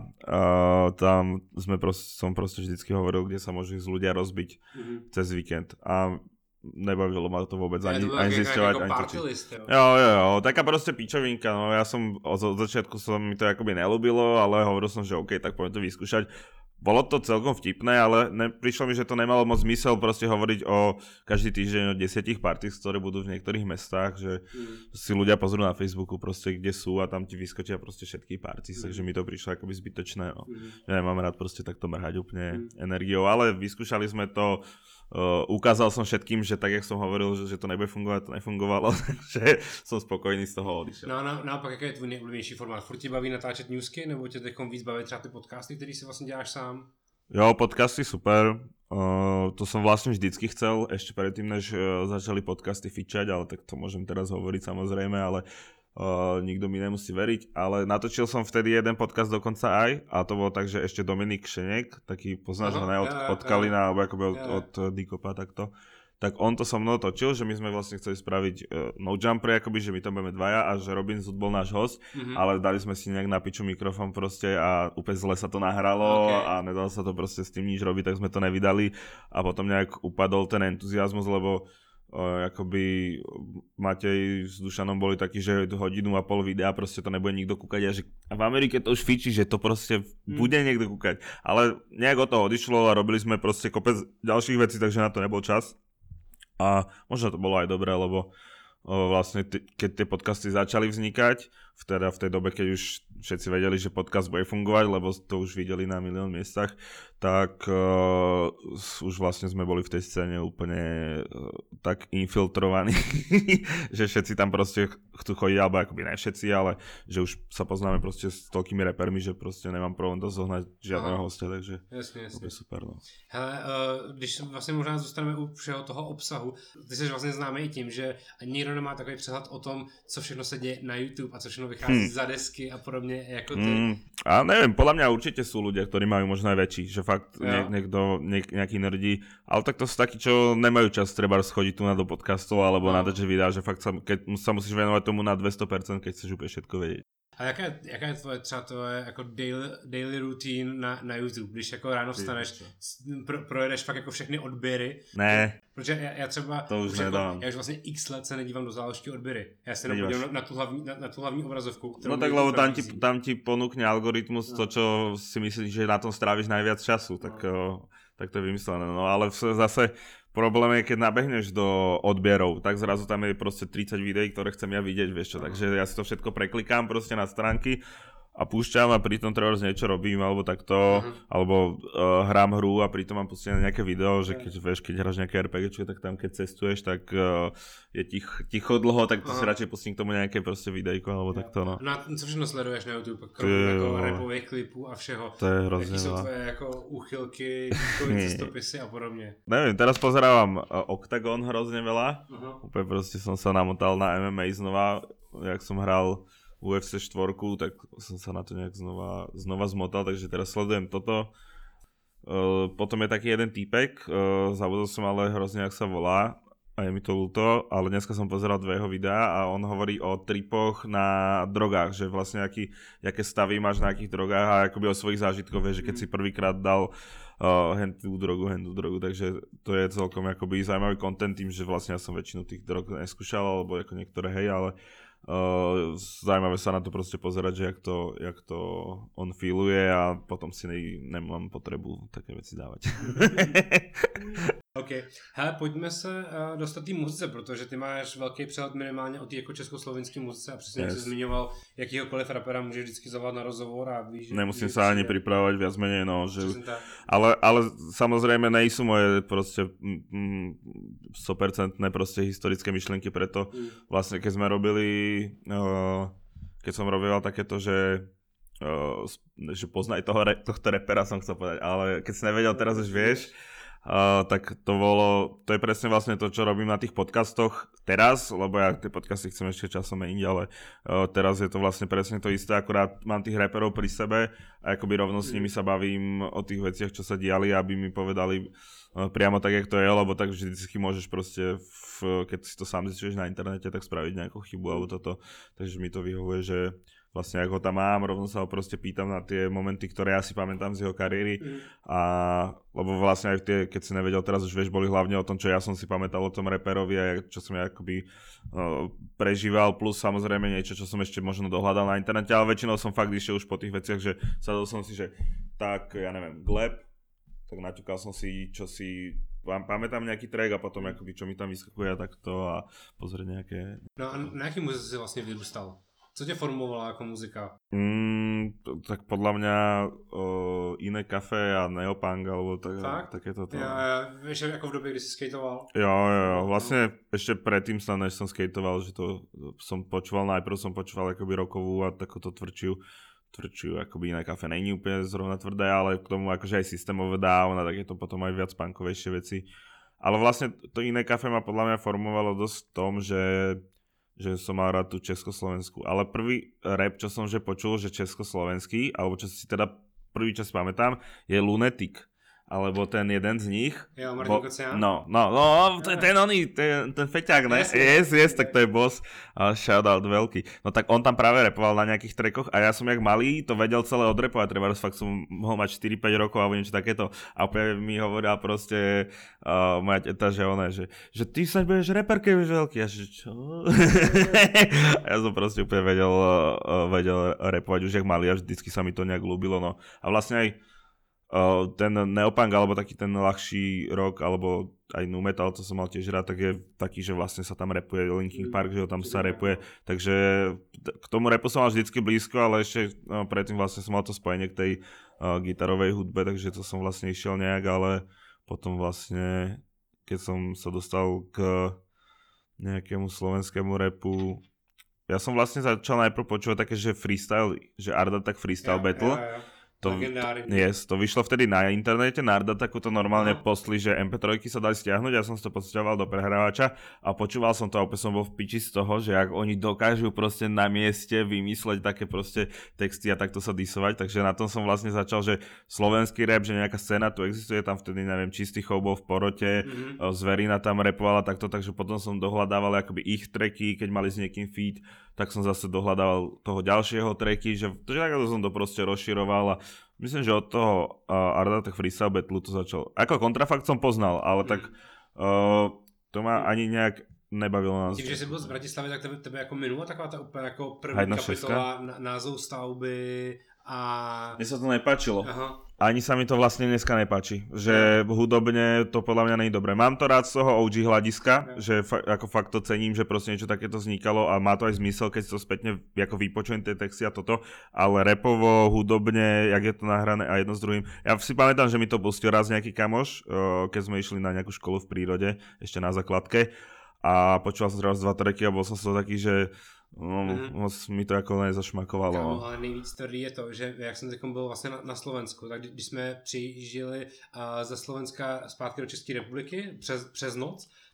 uh, tam sme proste, som proste vždycky hovoril, kde sa môžu ísť ľudia rozbiť mm-hmm. cez víkend. A nebavilo ma to vôbec ani, to ani zisťovať, ani točiť. Jo, jo, jo, taká proste pičovinka, no ja som od, od začiatku som mi to akoby nelúbilo, ale hovoril som, že OK, tak poďme to vyskúšať. Bolo to celkom vtipné, ale ne, prišlo mi, že to nemalo moc zmysel proste hovoriť o každý týždeň o desiatich parties, ktoré budú v niektorých mestách, že mm. si ľudia pozrú na Facebooku proste, kde sú a tam ti vyskočia proste všetky parties, mm. takže mi to prišlo akoby zbytočné, no. Mm. Ja nemám rád proste takto mrhať úplne mm. energiou, ale vyskúšali sme to. Uh, ukázal som všetkým, že tak, jak som hovoril, že, že to nebude fungovať, to nefungovalo, takže som spokojný z toho odišiel. No a naopak, jaký je tvůj nejoblíbenější formát? Furt ti baví natáčet newsky, nebo tě teďkom víc baví třeba ty podcasty, který si vlastně děláš sám? Jo, podcasty super. Uh, to som vlastne vždycky chcel, ešte predtým, než uh, začali podcasty fičať, ale tak to môžem teraz hovoriť samozrejme, ale Uh, nikto mi nemusí veriť, ale natočil som vtedy jeden podcast dokonca aj a to bolo tak, že ešte Dominik Šenek, taký poznáš ho, ne, od, ja, od Kalina, alebo akoby od, ja. od Dikopa takto, tak on to so mnou točil, že my sme vlastne chceli spraviť uh, No Jumper, akoby, že my tam budeme dvaja a že Robin Zud bol náš host, mm-hmm. ale dali sme si nejak na piču mikrofón proste a úplne zle sa to nahralo okay. a nedalo sa to proste s tým nič robiť, tak sme to nevydali a potom nejak upadol ten entuziasmus, lebo O, akoby Matej s Dušanom boli takí, že hodinu a pol videa proste to nebude nikto kúkať a že v Amerike to už fičí, že to proste hmm. bude niekto kúkať, ale nejak od toho odišlo a robili sme proste kopec ďalších vecí, takže na to nebol čas a možno to bolo aj dobré, lebo o, vlastne t- keď tie podcasty začali vznikať, v, teda v tej dobe, keď už všetci vedeli, že podcast bude fungovať, lebo to už videli na milión miestach, tak uh, už vlastne sme boli v tej scéne úplne uh, tak infiltrovaní, že všetci tam proste chcú chodiť, alebo akoby ne všetci, ale že už sa poznáme proste s toľkými repermi, že proste nemám problém dozohnať žiadného hostia, takže jasně, jasně. to je super. No. Hele, uh, když vlastně možná zůstaneme u všeho toho obsahu, ty jsi vlastně známý i tím, že nikdo nemá takový přehled o tom, co všechno se děje na YouTube a co všechno vychází hmm. za desky a podobně jako ty. Hmm. A neviem, podľa mňa určite sú ľudia, ktorí majú možno aj väčší, že fakt niek- niekto, niek- nejakí nerdi, ale tak to sú takí, čo nemajú čas treba schodiť tu na do podcastov alebo no. natáčať videá, že fakt sa, keď sa musíš venovať tomu na dvesto percent, keď chceš úplne všetko vedieť. A jaká, jaká je tvoje třeba tvoje jako daily, daily routine na, na YouTube, když jako ráno vstaneš, pro, projedeš fakt jako všechny odběry? Ne. Protože já, já třeba, to už, už jako, já už vlastně x let se nedívám do záložky odběry. Já se nepodívám na, na, tu hlavní, na, na tu hlavní obrazovku. No tak lebo tam ti, tam ti ponúkne algoritmus no. to, čo si myslíš, že na tom stráviš najviac času, tak, no. tak to je vymyslené. No ale zase problém je, keď nabehneš do odbierov, tak zrazu tam je proste tridsať videí, ktoré chcem ja vidieť, vieš čo, uh-huh. takže ja si to všetko preklikám proste na stránky a púšťam a pritom treba niečo robím, alebo takto, uh-huh. alebo uh, hrám hru a pritom mám pustené nejaké video, že keď, vieš, keď hráš nejaké RPGčko, tak tam keď cestuješ, tak uh, je tich, ticho dlho, tak to uh-huh. si radšej pustím k tomu nejaké proste videjko, alebo ja. takto, no. No a co všechno sleduješ na YouTube, kromě jako rapových klipů a všeho? To je hrozně. Jaký jsou tvoje jako úchylky, cestopisy a podobne? Neviem, teraz pozerávam uh, Octagon hrozne veľa, uh-huh. úplne proste som sa namotal na em em á znova, jak som hral ú ef cé štvorku, tak som sa na to nejak znova, znova zmotal, takže teraz sledujem toto. Uh, potom je taký jeden týpek, uh, zabudol som ale hrozne, jak sa volá, a je mi to ľúto, ale dneska som pozeral dve jeho videá a on hovorí o tripoch na drogách, že vlastne aký, aké stavy máš na akých drogách a akoby o svojich zážitkoch, že keď si prvýkrát dal uh, hentú drogu, hentú drogu, takže to je celkom akoby zaujímavý content tým, že vlastne ja som väčšinu tých drog neskúšal, alebo ako niektoré hej, ale Uh, zaujímavé sa na to proste pozerať, že jak to, jak to on feeluje a potom si ne, nemám potrebu také veci dávať. OK. Hele, pojďme se uh, dostat té muzice, protože ty máš velký přehled minimálně o té jako československé muzice a přesně yes. jak jsi zmiňoval, jakýhokoliv rapera můžeš vždycky zavolat na rozhovor a víš, že... Nemusím sa ani pripravovať viac menej, no, že... Ale, ale samozrejme nejsú moje proste mm, sto percent proste historické myšlienky, preto mm. vlastne keď sme robili, uh, keď som robil takéto, že uh, že poznaj toho, tohto repera som chcel povedať, ale keď si nevedel, teraz už vieš, Uh, tak to bolo, to je presne vlastne to, čo robím na tých podcastoch teraz, lebo ja tie podcasty chcem ešte časom meniť, ale uh, teraz je to vlastne presne to isté, akurát mám tých reperov pri sebe a akoby rovno s nimi sa bavím o tých veciach, čo sa diali, aby mi povedali uh, priamo tak, jak to je, lebo tak vždycky môžeš proste, v, keď si to sám zistíš na internete, tak spraviť nejakú chybu alebo toto, takže mi to vyhovuje, že vlastne ako ho tam mám, rovno sa ho proste pýtam na tie momenty, ktoré ja si pamätám z jeho kariéry mm. a lebo vlastne aj tie, keď si nevedel, teraz už vieš, boli hlavne o tom, čo ja som si pamätal o tom reperovi a čo som ja akoby uh, prežíval, plus samozrejme niečo, čo som ešte možno dohľadal na internete, ale väčšinou som fakt išiel už po tých veciach, že sadol som si, že tak, ja neviem, Gleb, tak naťukal som si, čo si pamätám nejaký track a potom akoby, čo mi tam vyskakuje a takto a pozrieť nejaké... No a na jaký muzice si vlastne vyrůstal? Co tě formovala jako muzika? Mm, to, tak podľa mňa uh, Iné kafe a Neopunk, alebo tak, takéto to. Ja, ja, vieš, ako v době, kdy si skejtoval? Jo, jo, jo. Vlastne ešte predtým sa, než som skejtoval, že to som počúval, najprv som počúval akoby rockovú a takúto tvrdšiu, tvrdšiu, akoby Iné kafe není úplne zrovna tvrdé, ale k tomu akože aj systémové Down a takéto potom aj viac punkovejšie veci. Ale vlastne to Iné kafe ma podľa mňa formovalo dosť v tom, že že som mal rád tú československú. Ale prvý rap, čo som že počul, že československý, alebo čo si teda prvý, čo si pamätám, je Lunatic. Alebo ten jeden z nich. Jo, Martin bo, Kocián? No, no, no, to je ten oný, ten, ten feťák, ne? Yes, yes, tak to je boss. Uh, shoutout veľký. No tak on tam práve rapoval na nejakých trackoch a ja som jak malý to vedel celé odrepovať, treba fakt som mohol mať štyri päť rokov alebo niečo takéto. A úplne mi hovorila proste uh, moja teta, že ona, že, že ty sa budeš rapper, keď budeš veľký. A že čo? Ja som proste úplne vedel, uh, vedel rapovať už jak malý a vždycky sa mi to nejak ľúbilo, no. A vlastne aj Uh, ten neopunk, alebo taký ten ľahší rock, alebo aj nu metal, to som mal tiež rád, tak je taký, že vlastne sa tam rapuje Linkin Park, že ho tam sa rapuje, takže k tomu rapu som mal vždycky blízko, ale ešte no, predtým vlastne som mal to spojenie k tej uh, gitarovej hudbe, takže to som vlastne išiel nejak, ale potom vlastne, keď som sa dostal k nejakému slovenskému rapu, ja som vlastne začal najprv počúvať také, že freestyle, že Arda tak freestyle ja, battle, ja, ja. To, to, yes, to vyšlo vtedy na internete, na Ardataku to normálne no. postli, že em pé tri sa dali stiahnuť, ja som si to podsťahoval do prehrávača a počúval som to a opäť som bol v piči z toho, že ak oni dokážu proste na mieste vymysleť také proste texty a takto sa disovať, takže na tom som vlastne začal, že slovenský rap, že nejaká scéna tu existuje, tam vtedy neviem, Čistý Chov bol v porote, mm-hmm. Zverina tam rapovala takto, takže potom som dohľadával akoby ich tracky, keď mali s niekým feat, tak som zase dohľadával toho ďalšieho tracky, že, že takto som to proste rozširoval a myslím, že od toho uh, Ardatek Freestyle Battle to začal. Ako kontrafakt som poznal, ale tak uh, to ma ani nejak nebavilo nás. Tím, že jsi byl z Bratislavy, tak tebe, tebe jako minula taková ta úplně jako první kapitola, názov stavby a... Mne sa to nepáčilo. Aha. Ani sa mi to vlastne dneska nepáči. Že hudobne to podľa mňa nie je dobré. Mám to rád z toho ó gé hľadiska, ja. že fa- ako fakt to cením, že proste niečo takéto vznikalo a má to aj zmysel, keď si to spätne ako vypočujem tie texty a toto, ale rapovo, hudobne, jak je to nahrané a jedno s druhým. Ja si pamätám, že mi to pustil raz nejaký kamoš, keď sme išli na nejakú školu v prírode, ešte na základke a počúval som raz dva tracky a bol som sa taký, že no, mm. moc mi to jako nezašmakovalo. Kámo, ale nejvíc tvrdý je to, že jak jsem teď byl vlastně na, na Slovensku, tak když jsme přijížděli uh, ze Slovenska zpátky do České republiky přes, přes noc,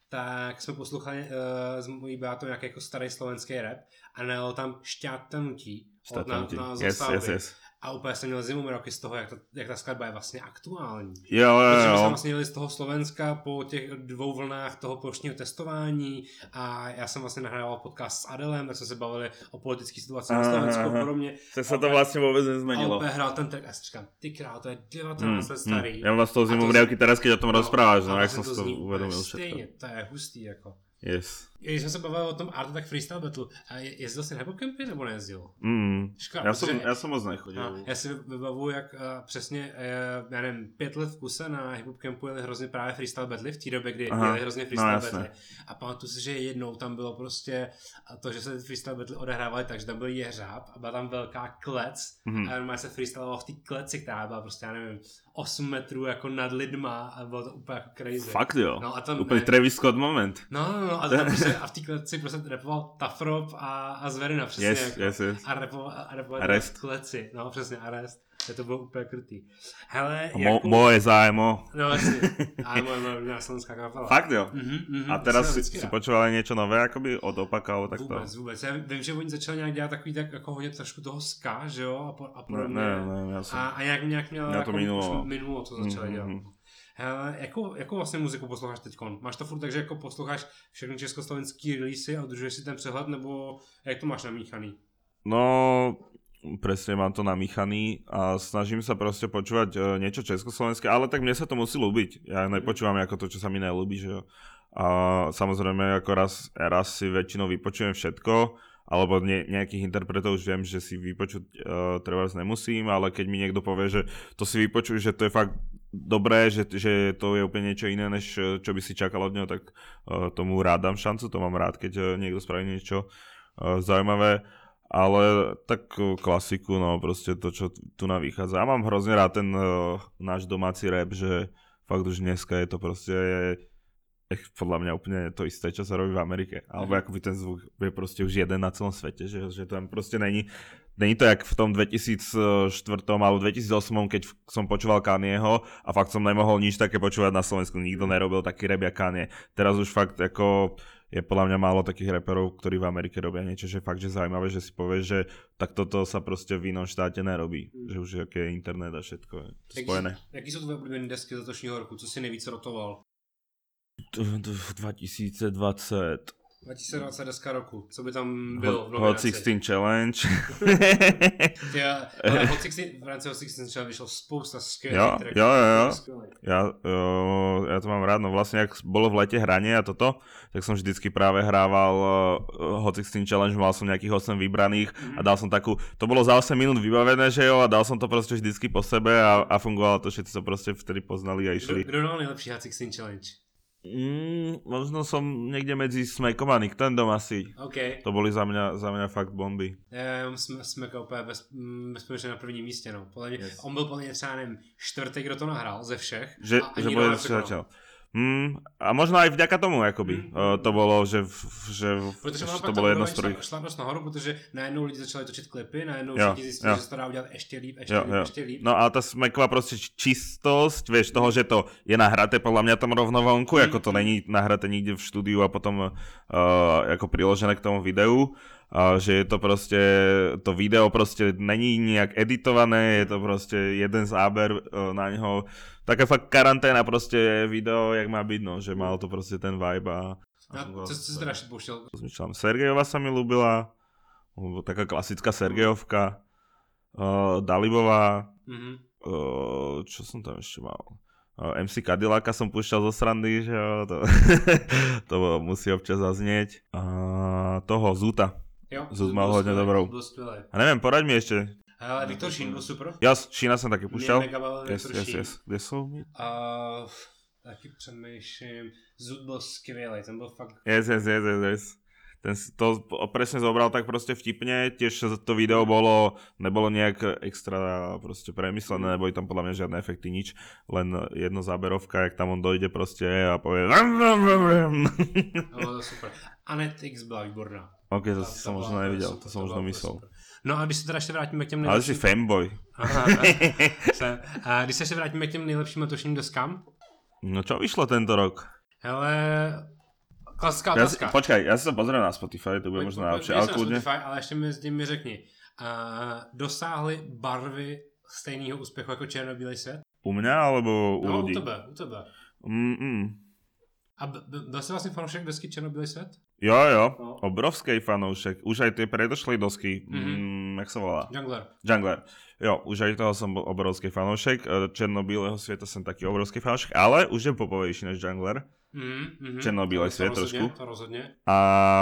tak jsme poslouchali uh, s mojí bátou nějaký jako starý slovenský rap a nejelo tam Šťátanutí od na, na yes, yes, yes. A úplně jsem měl zimu roky z toho, jak ta, jak ta skladba je vlastně aktuální. Jo, jo, jo. Protože jsme vlastně jeli z toho Slovenska po těch dvou vlnách toho plošního testování a já jsem vlastně nahrával podcast s Adelem, tak jsme se bavili o politické situaci na Slovensku a podobně. Tak se to vlastně vůbec nezmenilo. A úplně hrál ten track a si říkám, ty král, to je devatenáct let mm, starý. Mm. Já mám z toho zimu mriavky teraz, keď o tom no, rozpráváš, no, jak jsem si to uvědomil všechno. Stejně, to je hustý jako. Yes. Když jsme se bavili o tom Art Attack Freestyle Battle, a jezdil jsi na hipopcampy nebo nejezdil? Mm. Škoda, já, jsem, já jsem moc nechodil. A já si vybavuju, jak uh, přesně, uh, já nevím, pět let v kuse na hipopcampu jeli hrozně právě freestyle battle v té době, kdy Aha, jeli hrozně freestyle no, battle. A pamatuju si, že jednou tam bylo prostě to, že se freestyle battle odehrávaly tak, že tam byl jeřáb a byla tam velká klec mm-hmm. a normálně se freestylovalo v té kleci, která byla prostě, já nevím, osm metrů jako nad lidma a bylo to úplně jako crazy. Fakt jo, no, a tam, úplně ne... Travis Scott moment. No, no, no, a, tam prostě, a v té kleci prostě rapoval Tafrop a, a Zverina přesně. Yes, jako, yes, yes. A rapoval, a rapoval v kleci, no přesně, Arrest. Je to bylo úplně krutý. Hele, Mo, jako... Moje zájmo. No jasně, ale moje moje slovenská kapela. Fakt jo? Mm-hmm, mm-hmm, a teraz si, si počúval něco nové, jakoby od Opaka, tak to? Vůbec, vůbec. Já vím, že oni začali nějak dělat takový tak jako hodně trošku toho ska, že jo? A, po, a podobně. Ne, ne, ne, já jsem... A, a nějak, nějak měla to jako minulo. minulo, co začali mm-hmm. dělat. Hele, jakou, jakou vlastně muziku posloucháš teďkon? Máš to furt tak, že jako posloucháš všechny československý releasy a udržuješ si ten přehled, nebo jak to máš namíchaný? No, presne mám to namíchaný a snažím sa proste počúvať uh, niečo československé, ale tak mne sa to musí ľúbiť. Ja nepočúvam ako to, čo sa mi nelúbi, že jo. A samozrejme, ako raz, raz si väčšinou vypočujem všetko, alebo ne, nejakých interpretov už viem, že si vypočuť uh, trebárs nemusím, ale keď mi niekto povie, že to si vypočuj, že to je fakt dobré, že, že to je úplne niečo iné, než čo by si čakal od neho, tak uh, tomu rád dám šancu, to mám rád, keď uh, niekto spraví niečo uh, zaujímavé. Ale tak klasiku, no proste to, čo tu nám vychádza. Ja mám hrozne rád ten uh, náš domáci rap, že fakt už dneska je to proste je, je podľa mňa úplne to isté, čo sa robí v Amerike. Alebo mm. akoby ten zvuk je proste už jeden na celom svete, že, že tam proste není, není to jak v tom dvetisícštyri alebo dvetisícosem, keď som počúval Kanyeho a fakt som nemohol nič také počúvať na Slovensku. Nikto nerobil taký rap jak Kanye. Teraz už fakt ako... je podľa mňa málo takých reperov, ktorí v Amerike robia niečo, že fakt, že zaujímavé, že si povieš, že tak toto sa proste v inom štáte nerobí. Mm. Že už je internet a všetko je spojené. Jaký jsou tvoje oblíbené desky z letošního roku? Co si nejvíc rotoval? dvacet dvacet dvacet dvacet deska roku. Co by tam bylo v nominaci? Hot šestnáct Challenge. Já, ale Hot šestnáct, v rámci Hot šestnáct Challenge vyšlo spousta skvělých jo, tracků. Jo, jo, jo. Ja, jo. Ja to mám rád. No vlastne, ak bolo v lete hranie a toto, tak som vždycky práve hrával uh, Hot šestnáct Challenge, mal som nejakých osem vybraných mm-hmm. a dal som takú, to bolo za osem minút vybavené, že jo, a dal som to proste vždycky po sebe a, a fungovalo to, všetci to proste vtedy poznali a išli. Kdo dal nejlepší Hot šestnáct Challenge? Mm, možno som niekde medzi Smekom a Niktendom asi. Okay. To boli za mňa, za mňa fakt bomby. Já mám Smeka úplně bez, bezpečně na prvním místě. No. Podle mě, yes. On byl podle mě třeba nevím, čtvrtý, kdo to nahrál ze všech. Že, a že bol začal. Mm, a možno aj vďaka tomu, jakoby. Mm. Uh, to bolo, že, že, že to bylo jedno z prvých. Šla dost nahoru, protože najednou lidi začali točit klipy, najednou všichni zjistili, že se to dá udělat ještě líp, ještě jo, líp, jo. ještě líp. No a ta Smeková prostě čistosť, vieš, toho, že to je nahraté podľa mňa tam rovno vonku, mm. jako to není nahraté nikde v štúdiu a potom uh, jako priložené k tomu videu. A že je to prostě, to video prostě není nijak editované, je to prostě jeden záber uh, na něho. Taká fakt karanténa prostě video, jak má být, no, že mal to prostě ten vibe a... a no, co jsi teda pouštěl? Zmyšľam, Sergejova sa mi ľúbila, taká klasická Sergejovka, uh, Dalibová, mm-hmm. uh, čo som tam ešte mal? Uh, em cé Cadillaca som púšťal zo srandy, že jo, to, to musí občas zaznieť. Uh, toho, Zuta. Jo, Zut mal hodně dobrou. A nevím, poraď mi ještě. Ale Viktor Šín byl super. Já Šína jsem taky pušťal. Yes, yes, yes. Kde jsou mi? Uh, taky přemýšlím. Zut byl skvělý, ten byl fakt... Yes, yes, yes, yes, yes. Ten to presne zobral tak prostě vtipně, tiež to video bolo, nebolo nejak extra prostě premyslené, neboli tam podľa mňa žiadne efekty, nič, len jedno záberovka, jak tam on dojde prostě a povie... No, super. Anet X byla výborná. Ok, to jsem možná neviděl, to jsem možná myslel. No a když se teda ještě vrátíme k těm nejlepším... Ale jsi fanboy. Aha, a když se ještě vrátíme k těm nejlepším letošním deskám? No čo vyšlo tento rok? Hele, Klasická ja otázka. Si, počkaj, ja si to pozriem na Spotify, to bude možno najlepšie. Ale, ale, kľudne... Spotify, ale ještě mi, mi řekni, uh, dosáhly barvy stejného úspěchu jako černobílej svět? U mňa, alebo u no, ľudí? u tebe, u tebe. Mm-mm. A b- b- byl jsi vlastně fanoušek desky Černobílej svět? Jo, jo, no. obrovský fanoušek. Už aj tie predošlej dosky, mm-hmm. mm, jak sa volá? Jungler. Jungler. Jo, už aj toho som bol obrovský fanoušek. Černobíleho sveta som taký obrovský fanoušek, ale už je popovejší než Jungler. Mm-hmm. Černobílej svet rozhodně, trošku. To rozhodně. A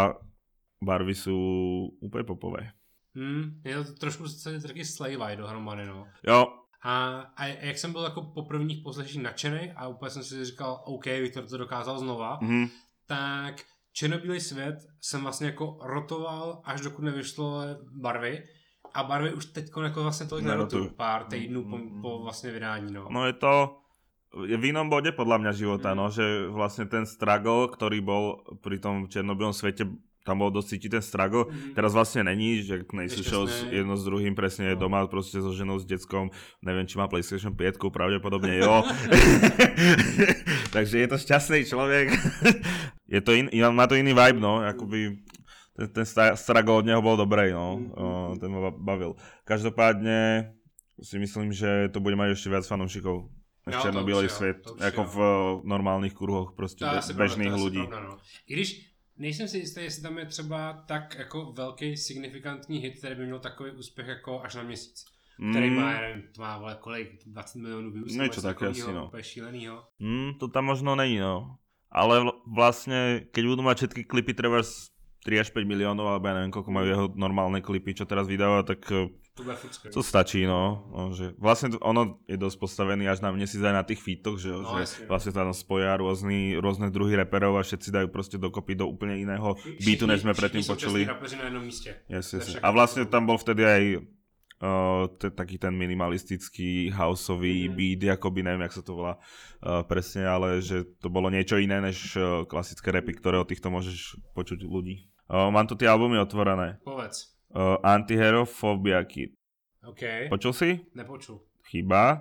barvy sú úplne popové. Mm, je to trošku taky slejvaj dohromady, no. Jo. A, a jak jsem byl jako po prvních posleších nadšenej a úplně jsem si říkal, OK, Viktor to dokázal znova, Mm-hmm. tak Černobílej svět jsem vlastně jako rotoval, až dokud nevyšlo barvy. A barvy už teď jako vlastně tolik nerotuju, pár týdnů po, po vlastně vydání, no. No je to je v inom bode podľa mňa života, mm. no, že vlastne ten struggle, ktorý bol pri tom černobylom svete, tam bol dosť cítiť ten struggle, mm. teraz vlastne není, že nejsú show jedno s druhým, presne no. Doma proste so ženou, s deckom, neviem, či má PlayStation päť, pravdepodobne jo. Takže je to šťastný človek. Je to in, má to iný vibe, no, akoby ten, ten struggle od neho bol dobrej, no, mm. o, ten ma bavil. Každopádne si myslím, že to bude mať ešte viac fanúšikov. Než černobílej svět, jako v normálních kruhoch, prostě be, bežných pravda, lidí. Pravda, no. I když nejsem si jistý, jestli tam je třeba tak jako velký signifikantní hit, který by měl takový úspěch jako až na měsíc. Mm. Který má, nevím, to má vole, kolik, dvacet milionů views, něco také asi, no. Úplně šílenýho. Mm, to tam možno není, no. Ale vlastně, keď budú mať všetky klipy treba tri až päť miliónov, alebo ja neviem, koľko majú jeho normálne klipy, čo teraz vydáva, tak to, to stačí, no. no že vlastne to, ono je dosť postavený až na měsíc aj na tých featoch, že, no, že vlastne tam spoja rôzny, rôzne druhy reperov a všetci dajú proste dokopy do úplne iného beatu, než sme predtým počuli. Všichni rapeři na jednom místě. Yes, yes. A vlastne tam bol vtedy aj Uh, t- taký ten minimalistický houseový mm. beat, akoby neviem, jak sa to volá uh, presne, ale že to bolo niečo iné než uh, klasické rapy, ktoré od týchto môžeš počuť ľudí. Uh, mám tu tie albumy otvorené. Povedz. Uh, Antihero, Phobia Kid. OK. Počul si? Nepočul. Chyba.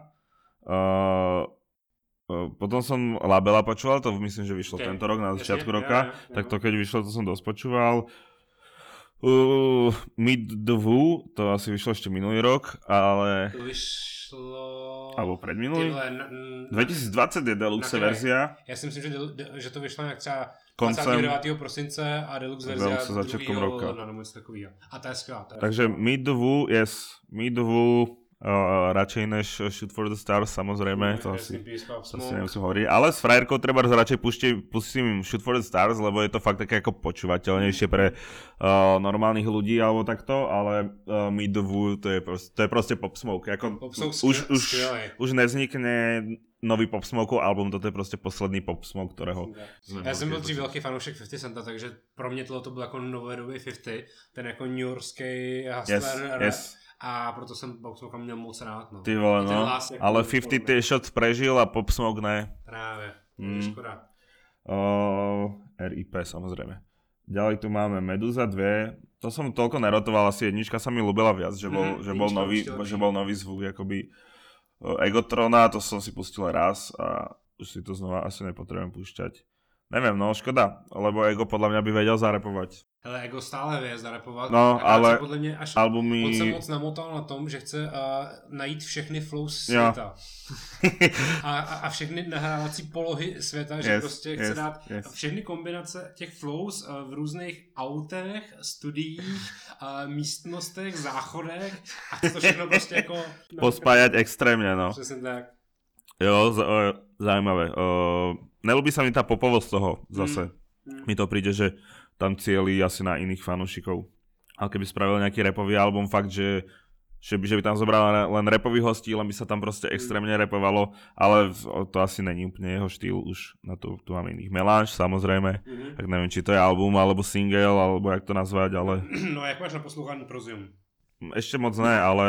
Uh, uh, potom som Labela počúval, to myslím, že vyšlo okay. tento rok, na začiatku roka, ja, ja, ja. Tak to keď vyšlo, to som dosť počúval. Uh, Meet the Woo, to asi vyšlo ešte minulý rok, ale... To vyšlo... Alebo predminulý? Vole, na, na, dvetisícdvacet je deluxe verzia. Já si myslím, že, de, de, že to vyšlo nějak třeba koncem... dvacátého devátého prosince a deluxe verzia deluxe začiatkom roka. Na, na takovýho. A to je skvělá. Takže Meet the Woo, yes, Meet the Woo, uh, radšej než Shoot for the Stars, samozrejme, to asi, to asi nemusím hovoriť. Ale s frajerkou treba radšej pustím Shoot for the Stars, lebo je to fakt také ako počúvateľnejšie pre uh, normálnych ľudí alebo takto, ale uh, Meet the Woo, to je proste, to je proste Pop Smoke. Jako, Pop Smoke už, už, už nevznikne nový Pop Smokeov album, toto je prostě poslední Pop Smoke, kterého... Já jsem byl dřív velký fanoušek fifty Centa, takže pro mě tohle to byl jako novodobý fifty, ten jako newyorský hustler. Yes, yes. A proto jsem Pop Smoke měl moc rád, no. Ty vole, no, ale fifty T-Shot prežil a Pop Smoke ne. Právě, to je mm. škoda. Uh, R I P samozrejme. Ďalej tu máme Meduza dva, to som toľko nerotoval, asi jednička sa mi ľúbila viac, že bol, mm, že bol, nový, že bol nový zvuk, akoby uh, Egotrona, to som si pustil raz a už si to znova asi nepotrebujem púšťať. Neviem, no škoda, lebo Ego podľa mňa by vedel zarepovať. Hele, Ego stále vie zarepovat. No, ale podle mě až albumy... on se moc namotal na tom, že chce uh, najít všechny flows světa. a, a všechny nahrávací polohy světa, že yes, prostě chce yes, dát yes. všechny kombinace těch flows uh, v různých autech, studiích, uh, místnostech, záchodech a chce to všechno prostě jako... Pospájať extrémně, no. Přesně tak. Jo, z, o, zaujímavé. Uh, nelúbi sa mi tá popovosť toho zase. Mm. Mi to príde, že tam cieli asi na iných fanúšikov. Ale keby spravil nejaký rapový album, fakt, že, že, by, že by tam zobral len rapových hostí, len by sa tam proste extrémne rapovalo, ale to asi není úplne jeho štýl, už na to tu máme iných. Melange, samozrejme, mm-hmm. tak neviem, či to je album, alebo single, alebo jak to nazvať, ale... No a jak máš na poslouchání Prozium? Ešte moc ne, ale...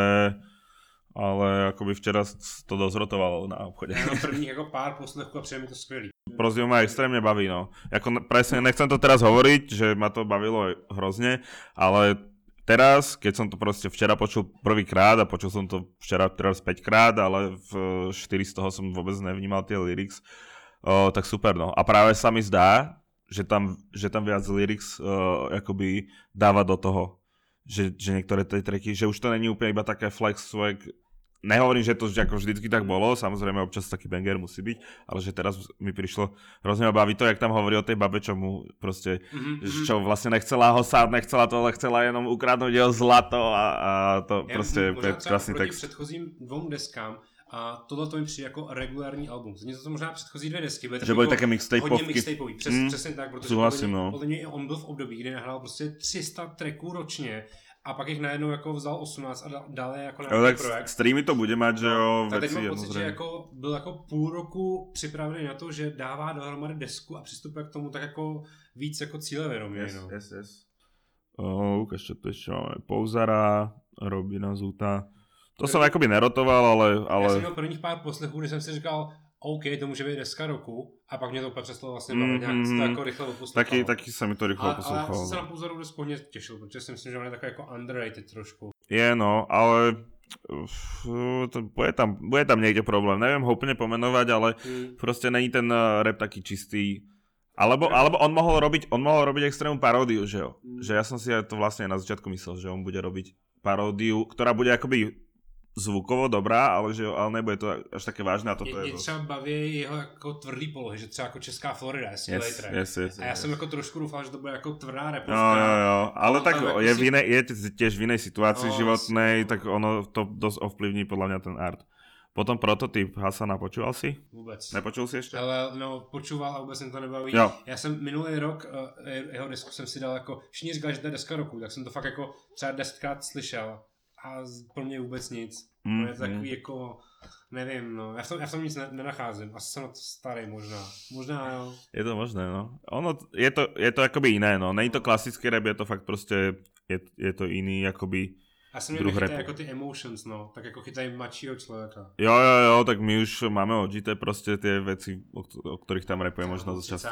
ale akoby včera to dozrotovalo na obchode. Ja mám prvních jako pár poslechů a přijde mi to skvělý. Prozium ma extrémne baví, no. Jako presne, nechcem to teraz hovoriť, že ma to bavilo hrozne, ale teraz, keď som to proste včera počul prvýkrát a počul som to včera teraz päťkrát, ale v štyri z toho som vôbec nevnímal tie lyrics, o, tak super, no. A práve sa mi zdá, že tam, že tam viac lyrics uh, akoby dáva do toho. Že, že niektoré tie tracky, že už to není úplne iba také flex swag. Nehovorím, že to ako vždycky tak bolo, samozrejme občas taký banger musí byť, ale že teraz mi prišlo hrozne ma baví to, jak tam hovorí o tej babe, čo mu proste, mm-hmm. čo vlastne nechcela ho sát, nechcela to, ale chcela jenom ukradnúť jeho zlato a, a to ja, proste je krásný text. Předchozím dvou deskám a tohle to mi přijde jako regulární album. Něco to možná předchozí dvě desky, že byly také mixtapeovky. Hodně mixtapeový, přes, mm, přesně tak, protože souhlasím, no. podle mě on byl v období, kdy nahrál prostě tři sta tracků ročně a pak jich najednou jako vzal osmnáct a dál je jako nějaký tak projekt. Streamy to bude mať, že jo, tak teď mám pocit, že jako byl jako půl roku připravený na to, že dává dohromady desku a přistupuje k tomu tak jako víc jako cílevědomě. Yes, no. yes, yes. Oh, ukáž, čo to ešte máme. Pouzara, Robina Zuta. To jsem jakoby nerotoval, ale... ale... Já jsem měl prvních pár poslechů, kdy jsem si říkal, OK, to může být deska roku, a pak mě to úplně přestalo vlastně bavit, nějak mm-hmm. to jako rychle oposlouchalo. Taky, taky se mi to rychle oposlouchalo. Ale já jsem se na Pouzaru desku hodně těšil, protože si myslím, že on je takový jako underrated trošku. Je no, ale to bude, tam, bude tam někde problém, nevím ho úplně pomenovať, ale mm. prostě není ten rap taký čistý. Alebo, alebo on mohol robiť, on mohol robiť extrémnu paródiu, že jo. Mm. Že ja som si to vlastne na začiatku myslel, že on bude robiť paródiu, ktorá bude akoby zvukovo dobrá, ale že ale nebude to až také vážné a toto je... Mě třeba baví jeho jako tvrdý polohy, že třeba jako Česká Florida je skvělý yes, track. Yes, yes, a já yes. jsem jako trošku doufal, že to bude jako tvrdá repovka. No, jo, jo, ale tak jako je, si... v inej, je tiež v inej situácii no, životnej, no. Tak ono to dosť ovplyvní podľa mňa ten art. Potom Prototyp Hasana, počúval si? Vůbec. Nepočul si ještě? Ale no, počúval a vůbec jsem to nebaví. Jo. Já jsem minulý rok, uh, jeho desku jsem si dal jako, všichni říkali, že to je deska roku, tak jsem to fakt jako třeba desetkrát slyšel a pro mě vůbec nic. Mm, to je takový mm. jako, nevím, no, já v tom, já v tom nic ne, nenacházím, asi jsem na to starý možná, možná jo. Je to možné, no. Ono, je to, je to akoby iné, no, není to klasický rap, je to fakt prostě, je, je to iný, akoby já jsem měl chytají jako ty emotions, no, tak jako chytají mladšího člověka. Jo, jo, jo, tak my už máme odžité prostě ty věci, o, o kterých tam rapuje možná dost často.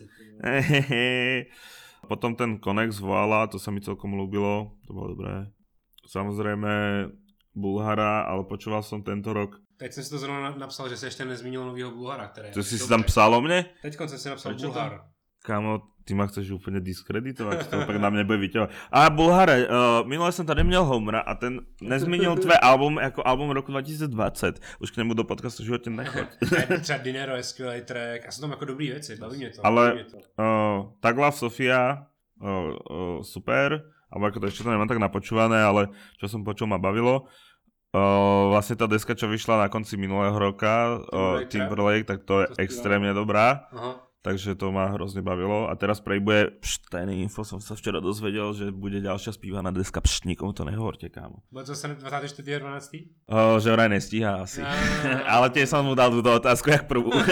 Potom ten Konex Voila, to sa mi celkom ľúbilo, to bolo dobré. Samozrejme Bulhara, ale počúval som tento rok. Teď jsem si to zrovna napsal, že se ještě nezmínil novýho Bulhara, který... To jsi si tam psal o mne? Teďko jsem si napsal Prečo Bulhar. Tam? Kámo, ty ma chceš úplne diskreditovať, to pak na mne bude vyťahovať. A Bulhare, uh, minule som tady měl Homera a ten nezmínil tvé album jako album roku dva tisíce dvacet. Už k němu do podcastu životě nechoď. Třeba Dinero je skvělý track a jsou tam jako dobrý věci, baví mě to. Ale mě to. Uh, Taglav Sofia, uh, uh, super, alebo ako to ešte to nemám tak napočúvané, ale čo som počul ma bavilo. Uh, vlastne tá deska, čo vyšla na konci minulého roka, uh, Timberlake, tak to je to extrémne dobrá. Aha. Takže to ma hrozne bavilo. A teraz prejbuje, pšt, tajný info, som sa včera dozvedel, že bude ďalšia spívaná deska, pšt, nikomu to nehovorte, kámo. Bude to sa dvadsiateho štvrtého jedenásteho Uh, že vraj nestíha asi. No, no, no. Ale tiež som mu dal túto otázku, jak prvú. uh,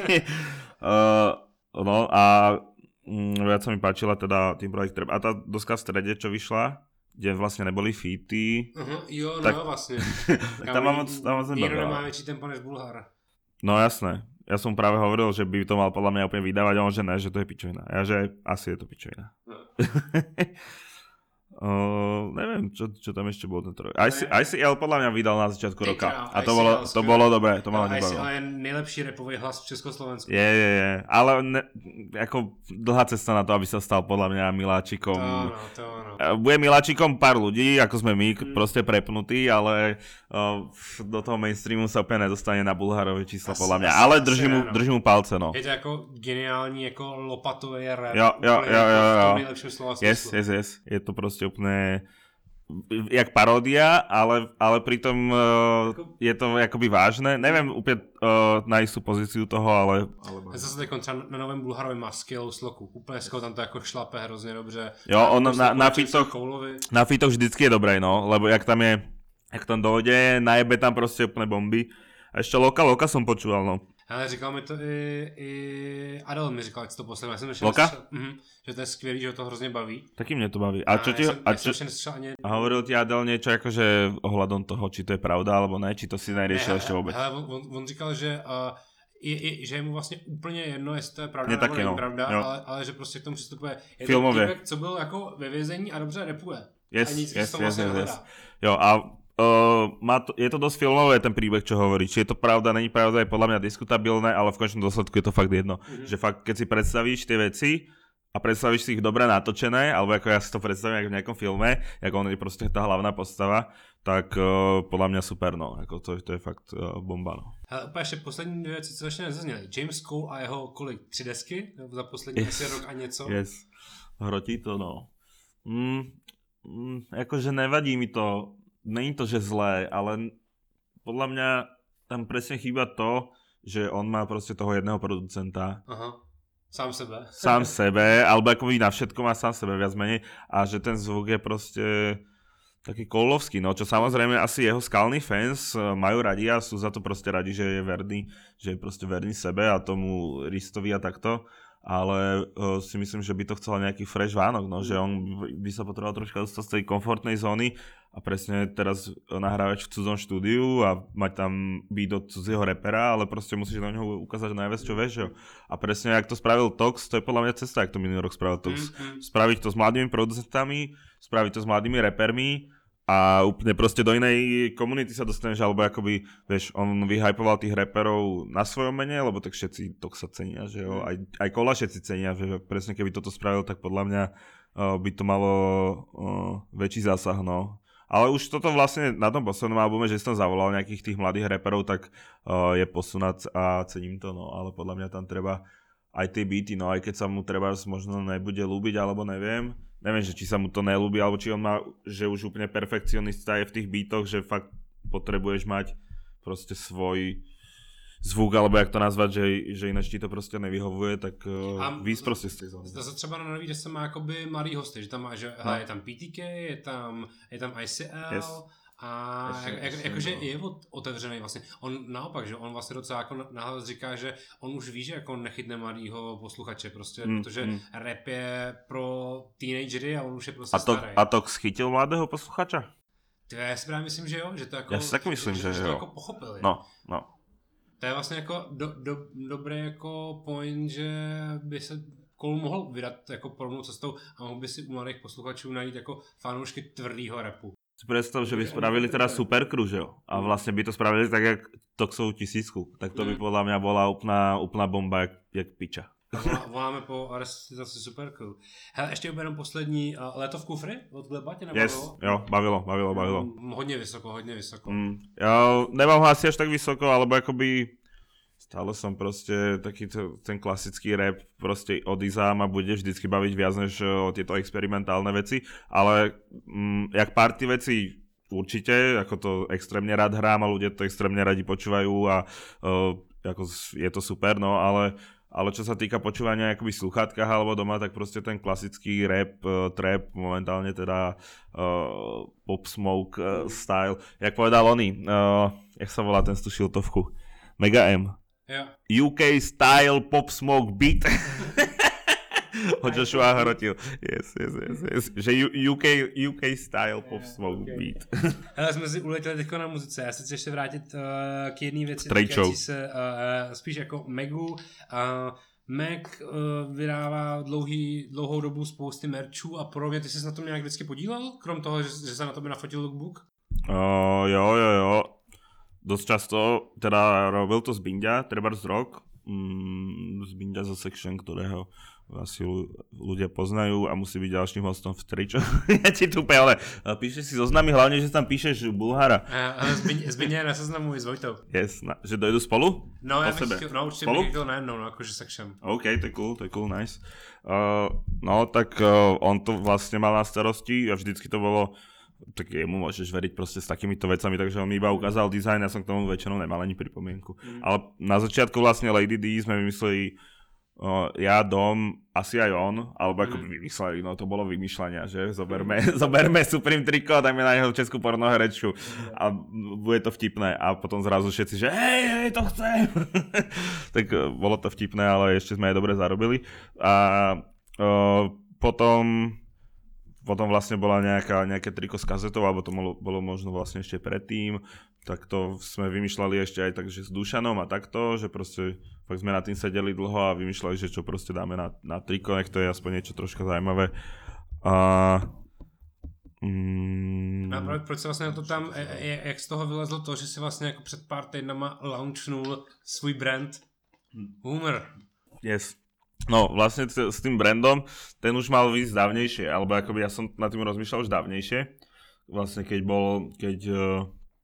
no a mm, viac sa mi páčila teda Timberlake Trap. A tá deska v strede, čo vyšla, kde vlastne neboli featy. Uh-huh, jo, tak... no vlastne. tam mám moc, tam moc nebavila. Nikto nemá väčší tempo než Bulhara. No jasné. Ja som práve hovoril, že by to mal podľa mňa úplne vydávať, a on že ne, že to je pičovina. Ja že asi je to pičovina. No. Uh, neviem, čo, čo tam ešte bolo tento rok. I C L podľa mňa vydal na začiatku roka. Král, a to bolo, to bolo dobré, to ma no, nebavilo. I C L je nejlepší rapový hlas v Československu. Je, je, je. Ale ne, ako dlhá cesta na to, aby sa stal podľa mňa miláčikom. To no, to no. Bude miláčikom pár ľudí, ako sme my, mm. proste prepnutí, ale uh, do toho mainstreamu sa úplne nedostane na Bulharové čísla asi, podľa mňa. Ale držím mu, držím mu palce, no. Je to jako geniální, jako lopatový rap. Jo, jo, jo, jo, jo. V tom nejlepším slova smyslu. Yes, yes, yes. Je to proste úplne jak paródia, ale, ale pritom uh, je to jakoby vážné. Neviem úplne uh, nájsť tú pozíciu toho, ale... ale... Zase teď třeba na novém Bulharově má skvělou sloku. Úplně skvěle tam to jako šlape hrozně dobře. Jo, on na, na, fitoch, na fitoch vždycky je dobrý, no, lebo jak tam je, jak tam dojde, najebe tam prostě úplne bomby. A ešte Loka, Loka som počúval, no. Ale říkal mi to i, i Adel mi říkal, jak to posledně. Já jsem ještě Loka? Neslyšel, mm, že to je skvělý, že ho to hrozně baví. Taky mě to baví. A, čo ti, jsem, a, čo, ani... a hovoril ti Adel niečo akože ohľadom toho, či to je pravda, alebo ne, či to si neriešil ešte vôbec? Ale on, on říkal, že, uh, je, je, že je mu vlastně úplně jedno, jestli to je pravda nebo není no. pravda, ale, ale že prostě k tomu přistupuje. Je to týpek, co byl jako ve vězení a dobře rapuje. Yes, a nic, yes, yes, vlastně yes, yes. Jo, a Uh, má to, je to dosť filmové ten príbeh, čo hovorí. Či je to pravda, není pravda, je podľa mňa diskutabilné, ale v končnom dôsledku je to fakt jedno. Mm-hmm. Že fakt, keď si predstavíš tie veci a predstavíš si ich dobre natočené, alebo ako ja si to predstavím v nejakom filme, ako on je proste tá hlavná postava, tak uh, podľa mňa super, no. Ako to, to je fakt uh, bomba, no. Hele, ještě poslední dvě věci, co ještě nezazněly. James Cole a jeho kolik? Tři desky? Za poslední yes. asi rok a něco? Yes. Hrotí to, no. Mm, mm, akože nevadí mi to. Není to, že zlé, ale podľa mňa tam presne chýba to, že on má proste toho jedného producenta. Aha, sám sebe. Sám sebe, alebo akoby na všetko má sám sebe viac menej a že ten zvuk je proste taký koulovský, no čo samozrejme asi jeho skalní fans majú radi a sú za to proste radi, že je verný, že je proste verný sebe a tomu Ristovi a takto. Ale uh, si myslím, že by to chcel nejaký fresh Vánok, no, že on by sa potreboval troška dostať z tej komfortnej zóny a presne teraz nahrávať v cudzom štúdiu a mať tam byť do cudzieho repera, ale proste musíš na neho ukázať najviac, čo vieš, jo. A presne, jak to spravil Tox, to je podľa mňa cesta, jak to minulý rok spravil Tox. Mm-hmm. Spraviť to s mladými producentami, spraviť to s mladými repermi a úplne proste do inej komunity sa dostaneš, alebo akoby, vieš, on vyhypoval tých reperov na svojom mene, lebo tak všetci Toxa cenia, že jo, aj, aj Kola všetci cenia, že presne keby toto spravil, tak podľa mňa uh, by to malo uh, väčší zásah, no. Ale už toto vlastne na tom poslednom albume, že som zavolal nejakých tých mladých reperov, tak uh, je posunať a cením to, no, ale podľa mňa tam treba aj tie beaty, no, aj keď sa mu treba možno nebude ľúbiť, alebo neviem, neviem, že či sa mu to nelúbi, alebo či on má, že už úplne perfekcionista je v tých beatoch, že fakt potrebuješ mať proste svoj zvuk, alebo jak to nazvat, že, že ináč ti to prostě nevyhovuje, tak uh, víc prostě z těch zóny. Zase třeba na nový desce má jakoby malý hosty, že tam má, že no. Je tam P T K, je tam, je tam I C L, yes. A jakože jak, jak, jako, je otevřený vlastně. On naopak, že on vlastně docela jako nahlas říká, že on už ví, že jako nechytne mladýho posluchače prostě, mm, protože mm. rap je pro teenagery a on už je prostě a to, starý. A to schytil mladého posluchača? To já si právě myslím, že jo, že to jako, já si taky myslím, že, že, že to jo. jako pochopili. No, no. To je vlastně jako do, do, dobrý jako point, že by se Cole mohl vydat jako podobnou cestou a mohl by si u mladých posluchačů najít jako fanoušky tvrdýho rapu. Si predstav, že by spravili teda Supercrew, že jo? A vlastne by to spravili tak, jak Toxovú tisícku. Tak to by podľa mňa bola úplná, úplná bomba, jak, jak piča. Voláme po arestizaci Supercrew. Hele, ještě jenom poslední. Uh, Léto v kufri od Gleba tě nebavilo? Yes, jo, bavilo, bavilo, bavilo. Mm, hodně vysoko, hodně vysoko. Mm, ja nemám ho asi až tak vysoko, alebo akoby stále som proste taký to, ten klasický rap proste od Iza ma bude vždycky baviť viac než o tieto experimentálne veci, ale mm, jak party veci určite, ako to extrémne rád hrám a ľudia to extrémne radi počúvajú a uh, ako je to super, no ale ale čo sa týka počúvania akoby v sluchátkach alebo doma, tak proste ten klasický rap, uh, trap, momentálne teda uh, Pop Smoke uh, style, jak povedal oný, uh, jak sa volá ten z tú šiltovku, Mega M. Ja. U K style Pop Smoke beat. Ho Joshua hrotil. Yes, yes, yes, yes. Že U K, U K style Pop Smoke okay. beat. Hele, jsme si uletěli teďko na muzice. Já se chci ještě vrátit uh, k jedné věci, týkající se uh, spíš jako Magu. Uh, Mac uh, vydává dlouhý, dlouhou dobu spousty merchů a podobně. Ty jsi na tom nějak vždycky podílel? Krom toho, že, že se na tobě nafotil lookbook? Uh, jo, jo, jo. Dosť často, teda robil to z Bindia, treba z rok, mm, z Bindia zo Section, ktorého asi ľudia poznajú a musí byť ďalším hostom v Tričo. Ja ti tu ale píšeš si zoznamy, hlavne, že tam píšeš Bulhara. Uh, z Bindia na seznamu i s Vojtou. Yes, na, že dojdu spolu? No, ja bych chtěl, no určite bych chtěl najednou, no akože Section. OK, to je cool, to je cool, nice. Uh, no, tak uh, on to vlastne mal na starosti a vždycky to bolo tak jemu môžeš veriť proste s takýmito vecami, takže on mi iba ukázal dizajn, ja som k tomu väčšinou nemal ani pripomienku. Mm. Ale na začiatku vlastne Lady D sme vymysleli uh, ja, Dom, asi aj on, alebo ako by vymysleli, no to bolo vymýšľania, že zoberme, zoberme Supreme triko a dajme na neho českú pornoherečku a bude to vtipné a potom zrazu všetci, že hej, hej, to chcem. Tak uh, bolo to vtipné, ale ešte sme aj dobre zarobili a uh, potom Potom vlastne bola nejaká, nejaké triko s kazetou, alebo to bolo, bolo možno vlastne ešte predtým. Tak to sme vymýšľali ešte aj tak, že s Dušanom a takto, že proste fakt sme na tým sedeli dlho a vymýšľali, že čo proste dáme na, na triko, nech to je aspoň niečo troška zaujímavé. A mm, No a proč, proč se vlastně na to tam, je, jak z toho vylezlo to, že si vlastně jako před pár týdnama launchnul svůj brand Humor? Yes. No vlastne t- s tým brandom, ten už mal výsť dávnejšie, alebo akoby ja som nad tým rozmýšľal už dávnejšie. Vlastne keď bol, keď uh,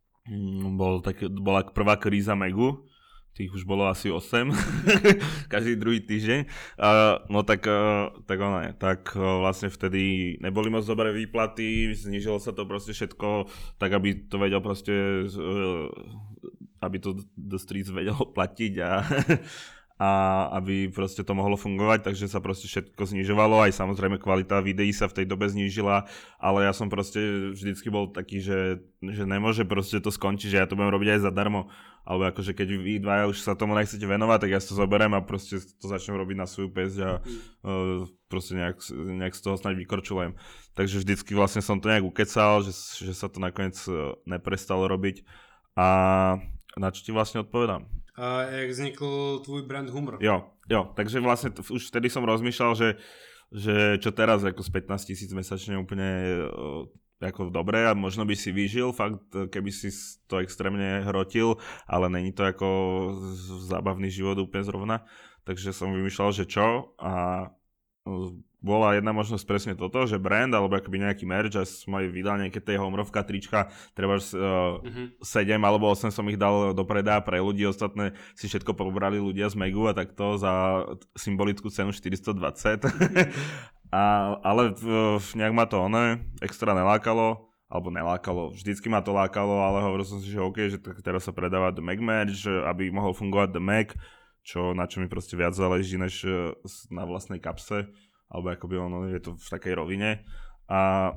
bol tak, bola prvá kríza Megu, tých už bolo asi osem, každý druhý týždeň, uh, no tak, uh, tak ono je, tak uh, vlastne vtedy neboli moc dobré výplaty, znížilo sa to proste všetko, tak aby to vedel proste, uh, aby to The Streets vedelo platiť a a aby proste to mohlo fungovať, takže sa proste všetko znižovalo, aj samozrejme kvalita videí sa v tej dobe znížila, ale ja som proste vždycky bol taký, že, že nemôže proste to skončiť, že ja to budem robiť aj zadarmo, alebo akože keď vy dvaja už sa tomu nechcete venovať, tak ja si to zoberiem a proste to začnem robiť na svoju pesť a uh, proste nejak, nejak z toho snáď vykorčulujem. Takže vždycky vlastne som to nejak ukecal, že, že sa to nakoniec neprestalo robiť a na čo ti vlastne odpovedám? A jak vznikl tvůj brand Humor? Jo, jo, takže vlastne t- už vtedy som rozmýšľal, že, že čo teraz ako z pätnásť tisíc mesačne úplne uh, ako dobré a možno by si vyžil, fakt keby si to extrémne hrotil, ale není to ako zábavný život úplne zrovna, takže som vymýšľal, že čo a uh, bola jedna možnosť presne toto, že brand alebo akoby nejaký merch a som aj vydal nejaké tej homerovka, trička, treba uh, mm-hmm. sedem alebo osem som ich dal do predaja pre ľudí, ostatné si všetko pobrali ľudia z Megu a takto za symbolickú cenu štyristodvadsať. a, ale uh, nejak ma to one extra nelákalo, alebo nelákalo, vždycky ma to lákalo, ale hovoril som si, že OK, že teraz sa predáva The Mac merch, aby mohol fungovať The Mac, čo, na čo mi proste viac záleží než na vlastnej kapse. Alebo akoby ono je to v takej rovine a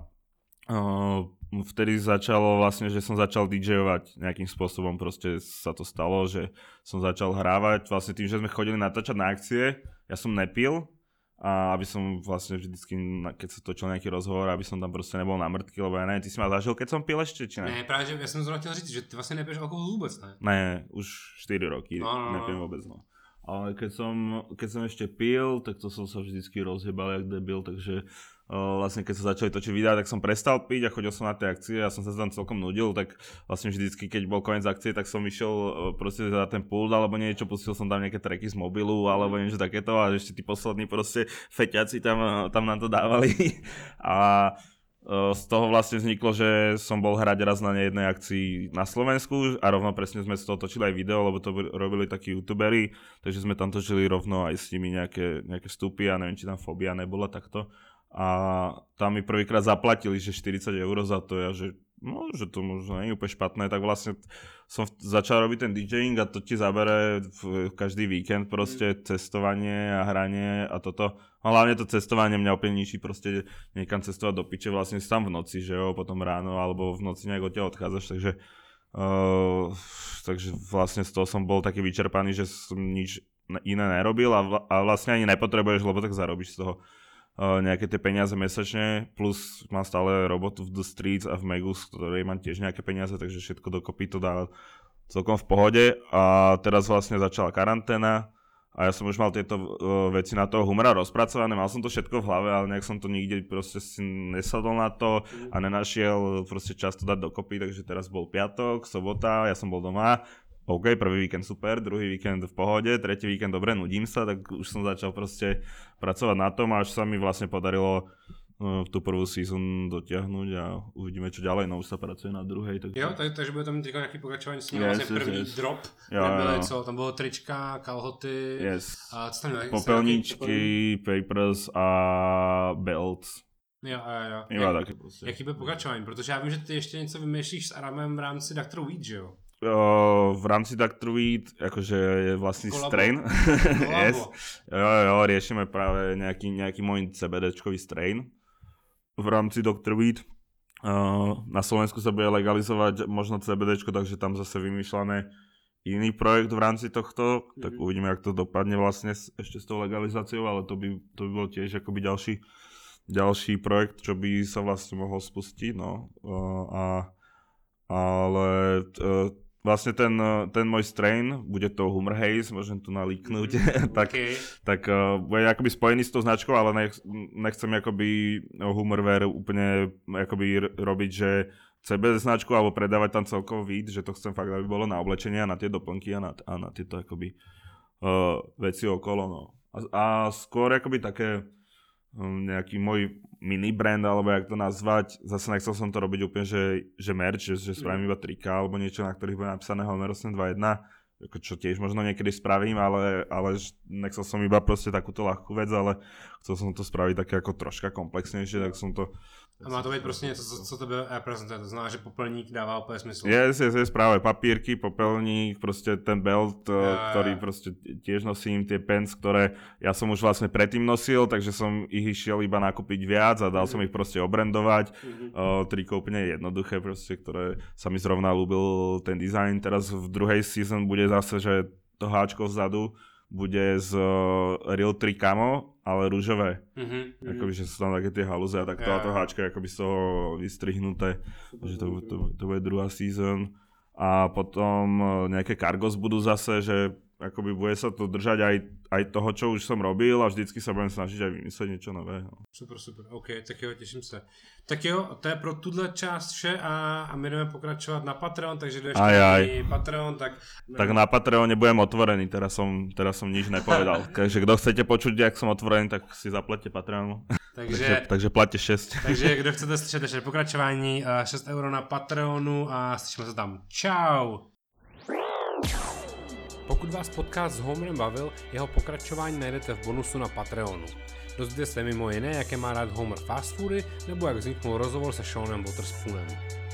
uh, vtedy začalo vlastne, že som začal DJovať nejakým spôsobom, proste sa to stalo, že som začal hrávať, vlastne tým, že sme chodili natáčať na akcie, ja som nepil a aby som vlastne vždycky, keď sa točil nejaký rozhovor, aby som tam proste nebol na mŕtky, lebo ja neviem, ty si ma zažil, keď som pil ešte, či ne? Ne, práve, že ja som zrovna chtěl říct, že ty vlastne nepiješ alkohol vôbec, ne? Ne, už štyri roky no, no, nepijem vôbec, no. Ale keď som, keď som ešte pil, tak to som sa vždycky rozjebal jak debil, takže uh, vlastne keď sa začali točiť videá, tak som prestal piť a chodil som na tie akcie a som sa tam celkom nudil, tak vlastne vždycky, keď bol koniec akcie, tak som išiel uh, proste za ten pult alebo niečo, pustil som tam nejaké tracky z mobilu alebo niečo takéto a ešte tí poslední proste feťaci tam, tam nám to dávali a z toho vlastne vzniklo, že som bol hrať raz na jednej akcii na Slovensku a rovno presne sme z toho točili aj video, lebo to robili takí youtuberi, takže sme tam točili rovno aj s nimi nejaké, nejaké vstupy a neviem, či tam fóbia nebola takto. A tam mi prvýkrát zaplatili, že štyridsať eur za to a že no, že to možno nie je úplne špatné, tak vlastne som začal robiť ten DJing a to ti zabere v každý víkend proste cestovanie a hranie a toto. A hlavne to cestovanie mňa úplne ničí, proste niekam cestovať do piče, vlastne si tam v noci, že jo, potom ráno alebo v noci nejak odtiaľ odchádzaš, takže uh, takže vlastne z toho som bol taký vyčerpaný, že som nič iné nerobil a, vla, a vlastne ani nepotrebuješ, lebo tak zarobíš z toho Uh, nejaké tie peniaze mesačne, plus mám stále robotu v The Streets a v Megu, z ktorej mám tiež nejaké peniaze, takže všetko dokopy to dá celkom v pohode a teraz vlastne začala karanténa a ja som už mal tieto uh, veci na toho Humora rozpracované, mal som to všetko v hlave, ale nejak som to nikde proste si nesadol na to a nenašiel proste čas to dať dokopy, takže teraz bol piatok, sobota, ja som bol doma. OK, prvý víkend super, druhý víkend v pohode, tretí víkend dobre, nudím sa, tak už som začal proste pracovať na tom a až sa mi vlastne podarilo uh, tú prvú season dotiahnuť a uvidíme čo ďalej, no už sa pracuje na druhej. Tak... Jo, tak, takže bude tam teďka nějaký pokračování s ním, yes, vlastně první yes. drop, jo, nebyly jo. co, tam bylo trička, kalhoty, yes. a co tam měli? Popelníčky, papers a belts. Jo, jo, jo. Iba Jak, také proste. jaký bude pokračování, protože já vím, že ty ještě něco vymýšlíš s Aramem v rámci doktor Weed, že jo? Uh, v rámci doktor Weed, akože je vlastný Kolabo. strain. yes. Kolabo. Jo, jo, riešime práve nejaký, nejaký môj CBDčkový strain v rámci doktor Weed. Uh, na Slovensku sa bude legalizovať možno CBDčko, takže tam zase vymýšľame iný projekt v rámci tohto, mm-hmm. tak uvidíme, jak to dopadne vlastne s, ešte s tou legalizáciou, ale to by, to by bol tiež akoby ďalší, ďalší projekt, čo by sa vlastne mohol spustiť, no. Uh, a, ale uh, vlastne ten, ten môj strain, bude to Humor Haze, môžem tu nalíknúť, mm, tak, okay. tak uh, bude akoby spojený s tou značkou, ale nech, nechcem akoby Humorwear úplne akoby robiť, že cé bé značku alebo predávať tam celkový vid, že to chcem fakt, aby bolo na oblečenie a na tie doplnky a na, a na tieto akoby uh, veci okolo. No. A, a skôr akoby také um, nejaký môj mini brand, alebo jak to nazvať, zase nechcel som to robiť úplne, že, že merch, že, že spravím iba trika alebo niečo, na ktorých bude napísané Homer osem dva jedna, čo tiež možno niekedy spravím, ale, ale nechcel som iba proste takúto ľahkú vec, ale chcel som to spraviť také ako troška komplexnejšie, tak som to... A má to být prostě něco, co, co tebe reprezentuje, to znamená, že popelník dává úplně smysl. Je, je, je práve papírky, popelník, proste ten belt, ja, ktorý proste tiež nosím, tie pants, ktoré ja som už vlastne predtým nosil, takže som ich išiel iba nakúpiť viac a dal mm-hmm. som ich proste obrandovať. Mm-hmm. Uh, triko úplne jednoduché, proste, ktoré sa mi zrovna ľúbil ten design. Teraz v druhej season bude zase, že to háčko vzadu bude z uh, Real tri Camo, ale rúžové. Mm-hmm. Akoby, že sú tam také tie halúze a tak to, yeah. A to háčko je akoby z toho vystrihnuté. Takže to, to, to bude druhá season. A potom uh, nejaké cargos budú zase, že akoby bude sa to držať aj, aj toho, čo už som robil a vždycky sa budem snažiť aj vymyslet niečo nového. Super, super, OK, tak jo, těším se. Tak jo, to je pro tuhle část vše a, a my jdeme pokračovat na Patreon, takže jdeš na Patreon, tak... Tak na Patreone budem otvorený, teraz som, teraz som nič nepovedal. Takže kdo chcete počuť, jak som otvorený, tak si zaplaťte Patreonu. Takže, takže, takže plaťte šest. Takže kdo chcete slyšet ještě pokračování, šest euro na Patreonu a slyšíme se tam. Čau! Pokud vás podcast s Homerem bavil, jeho pokračování najdete v bonusu na Patreonu. Dozvíte se mimo jiné, jaké má rád Homer fast foody, nebo jak vzniknul rozhovor se Seanem Waterspoonem.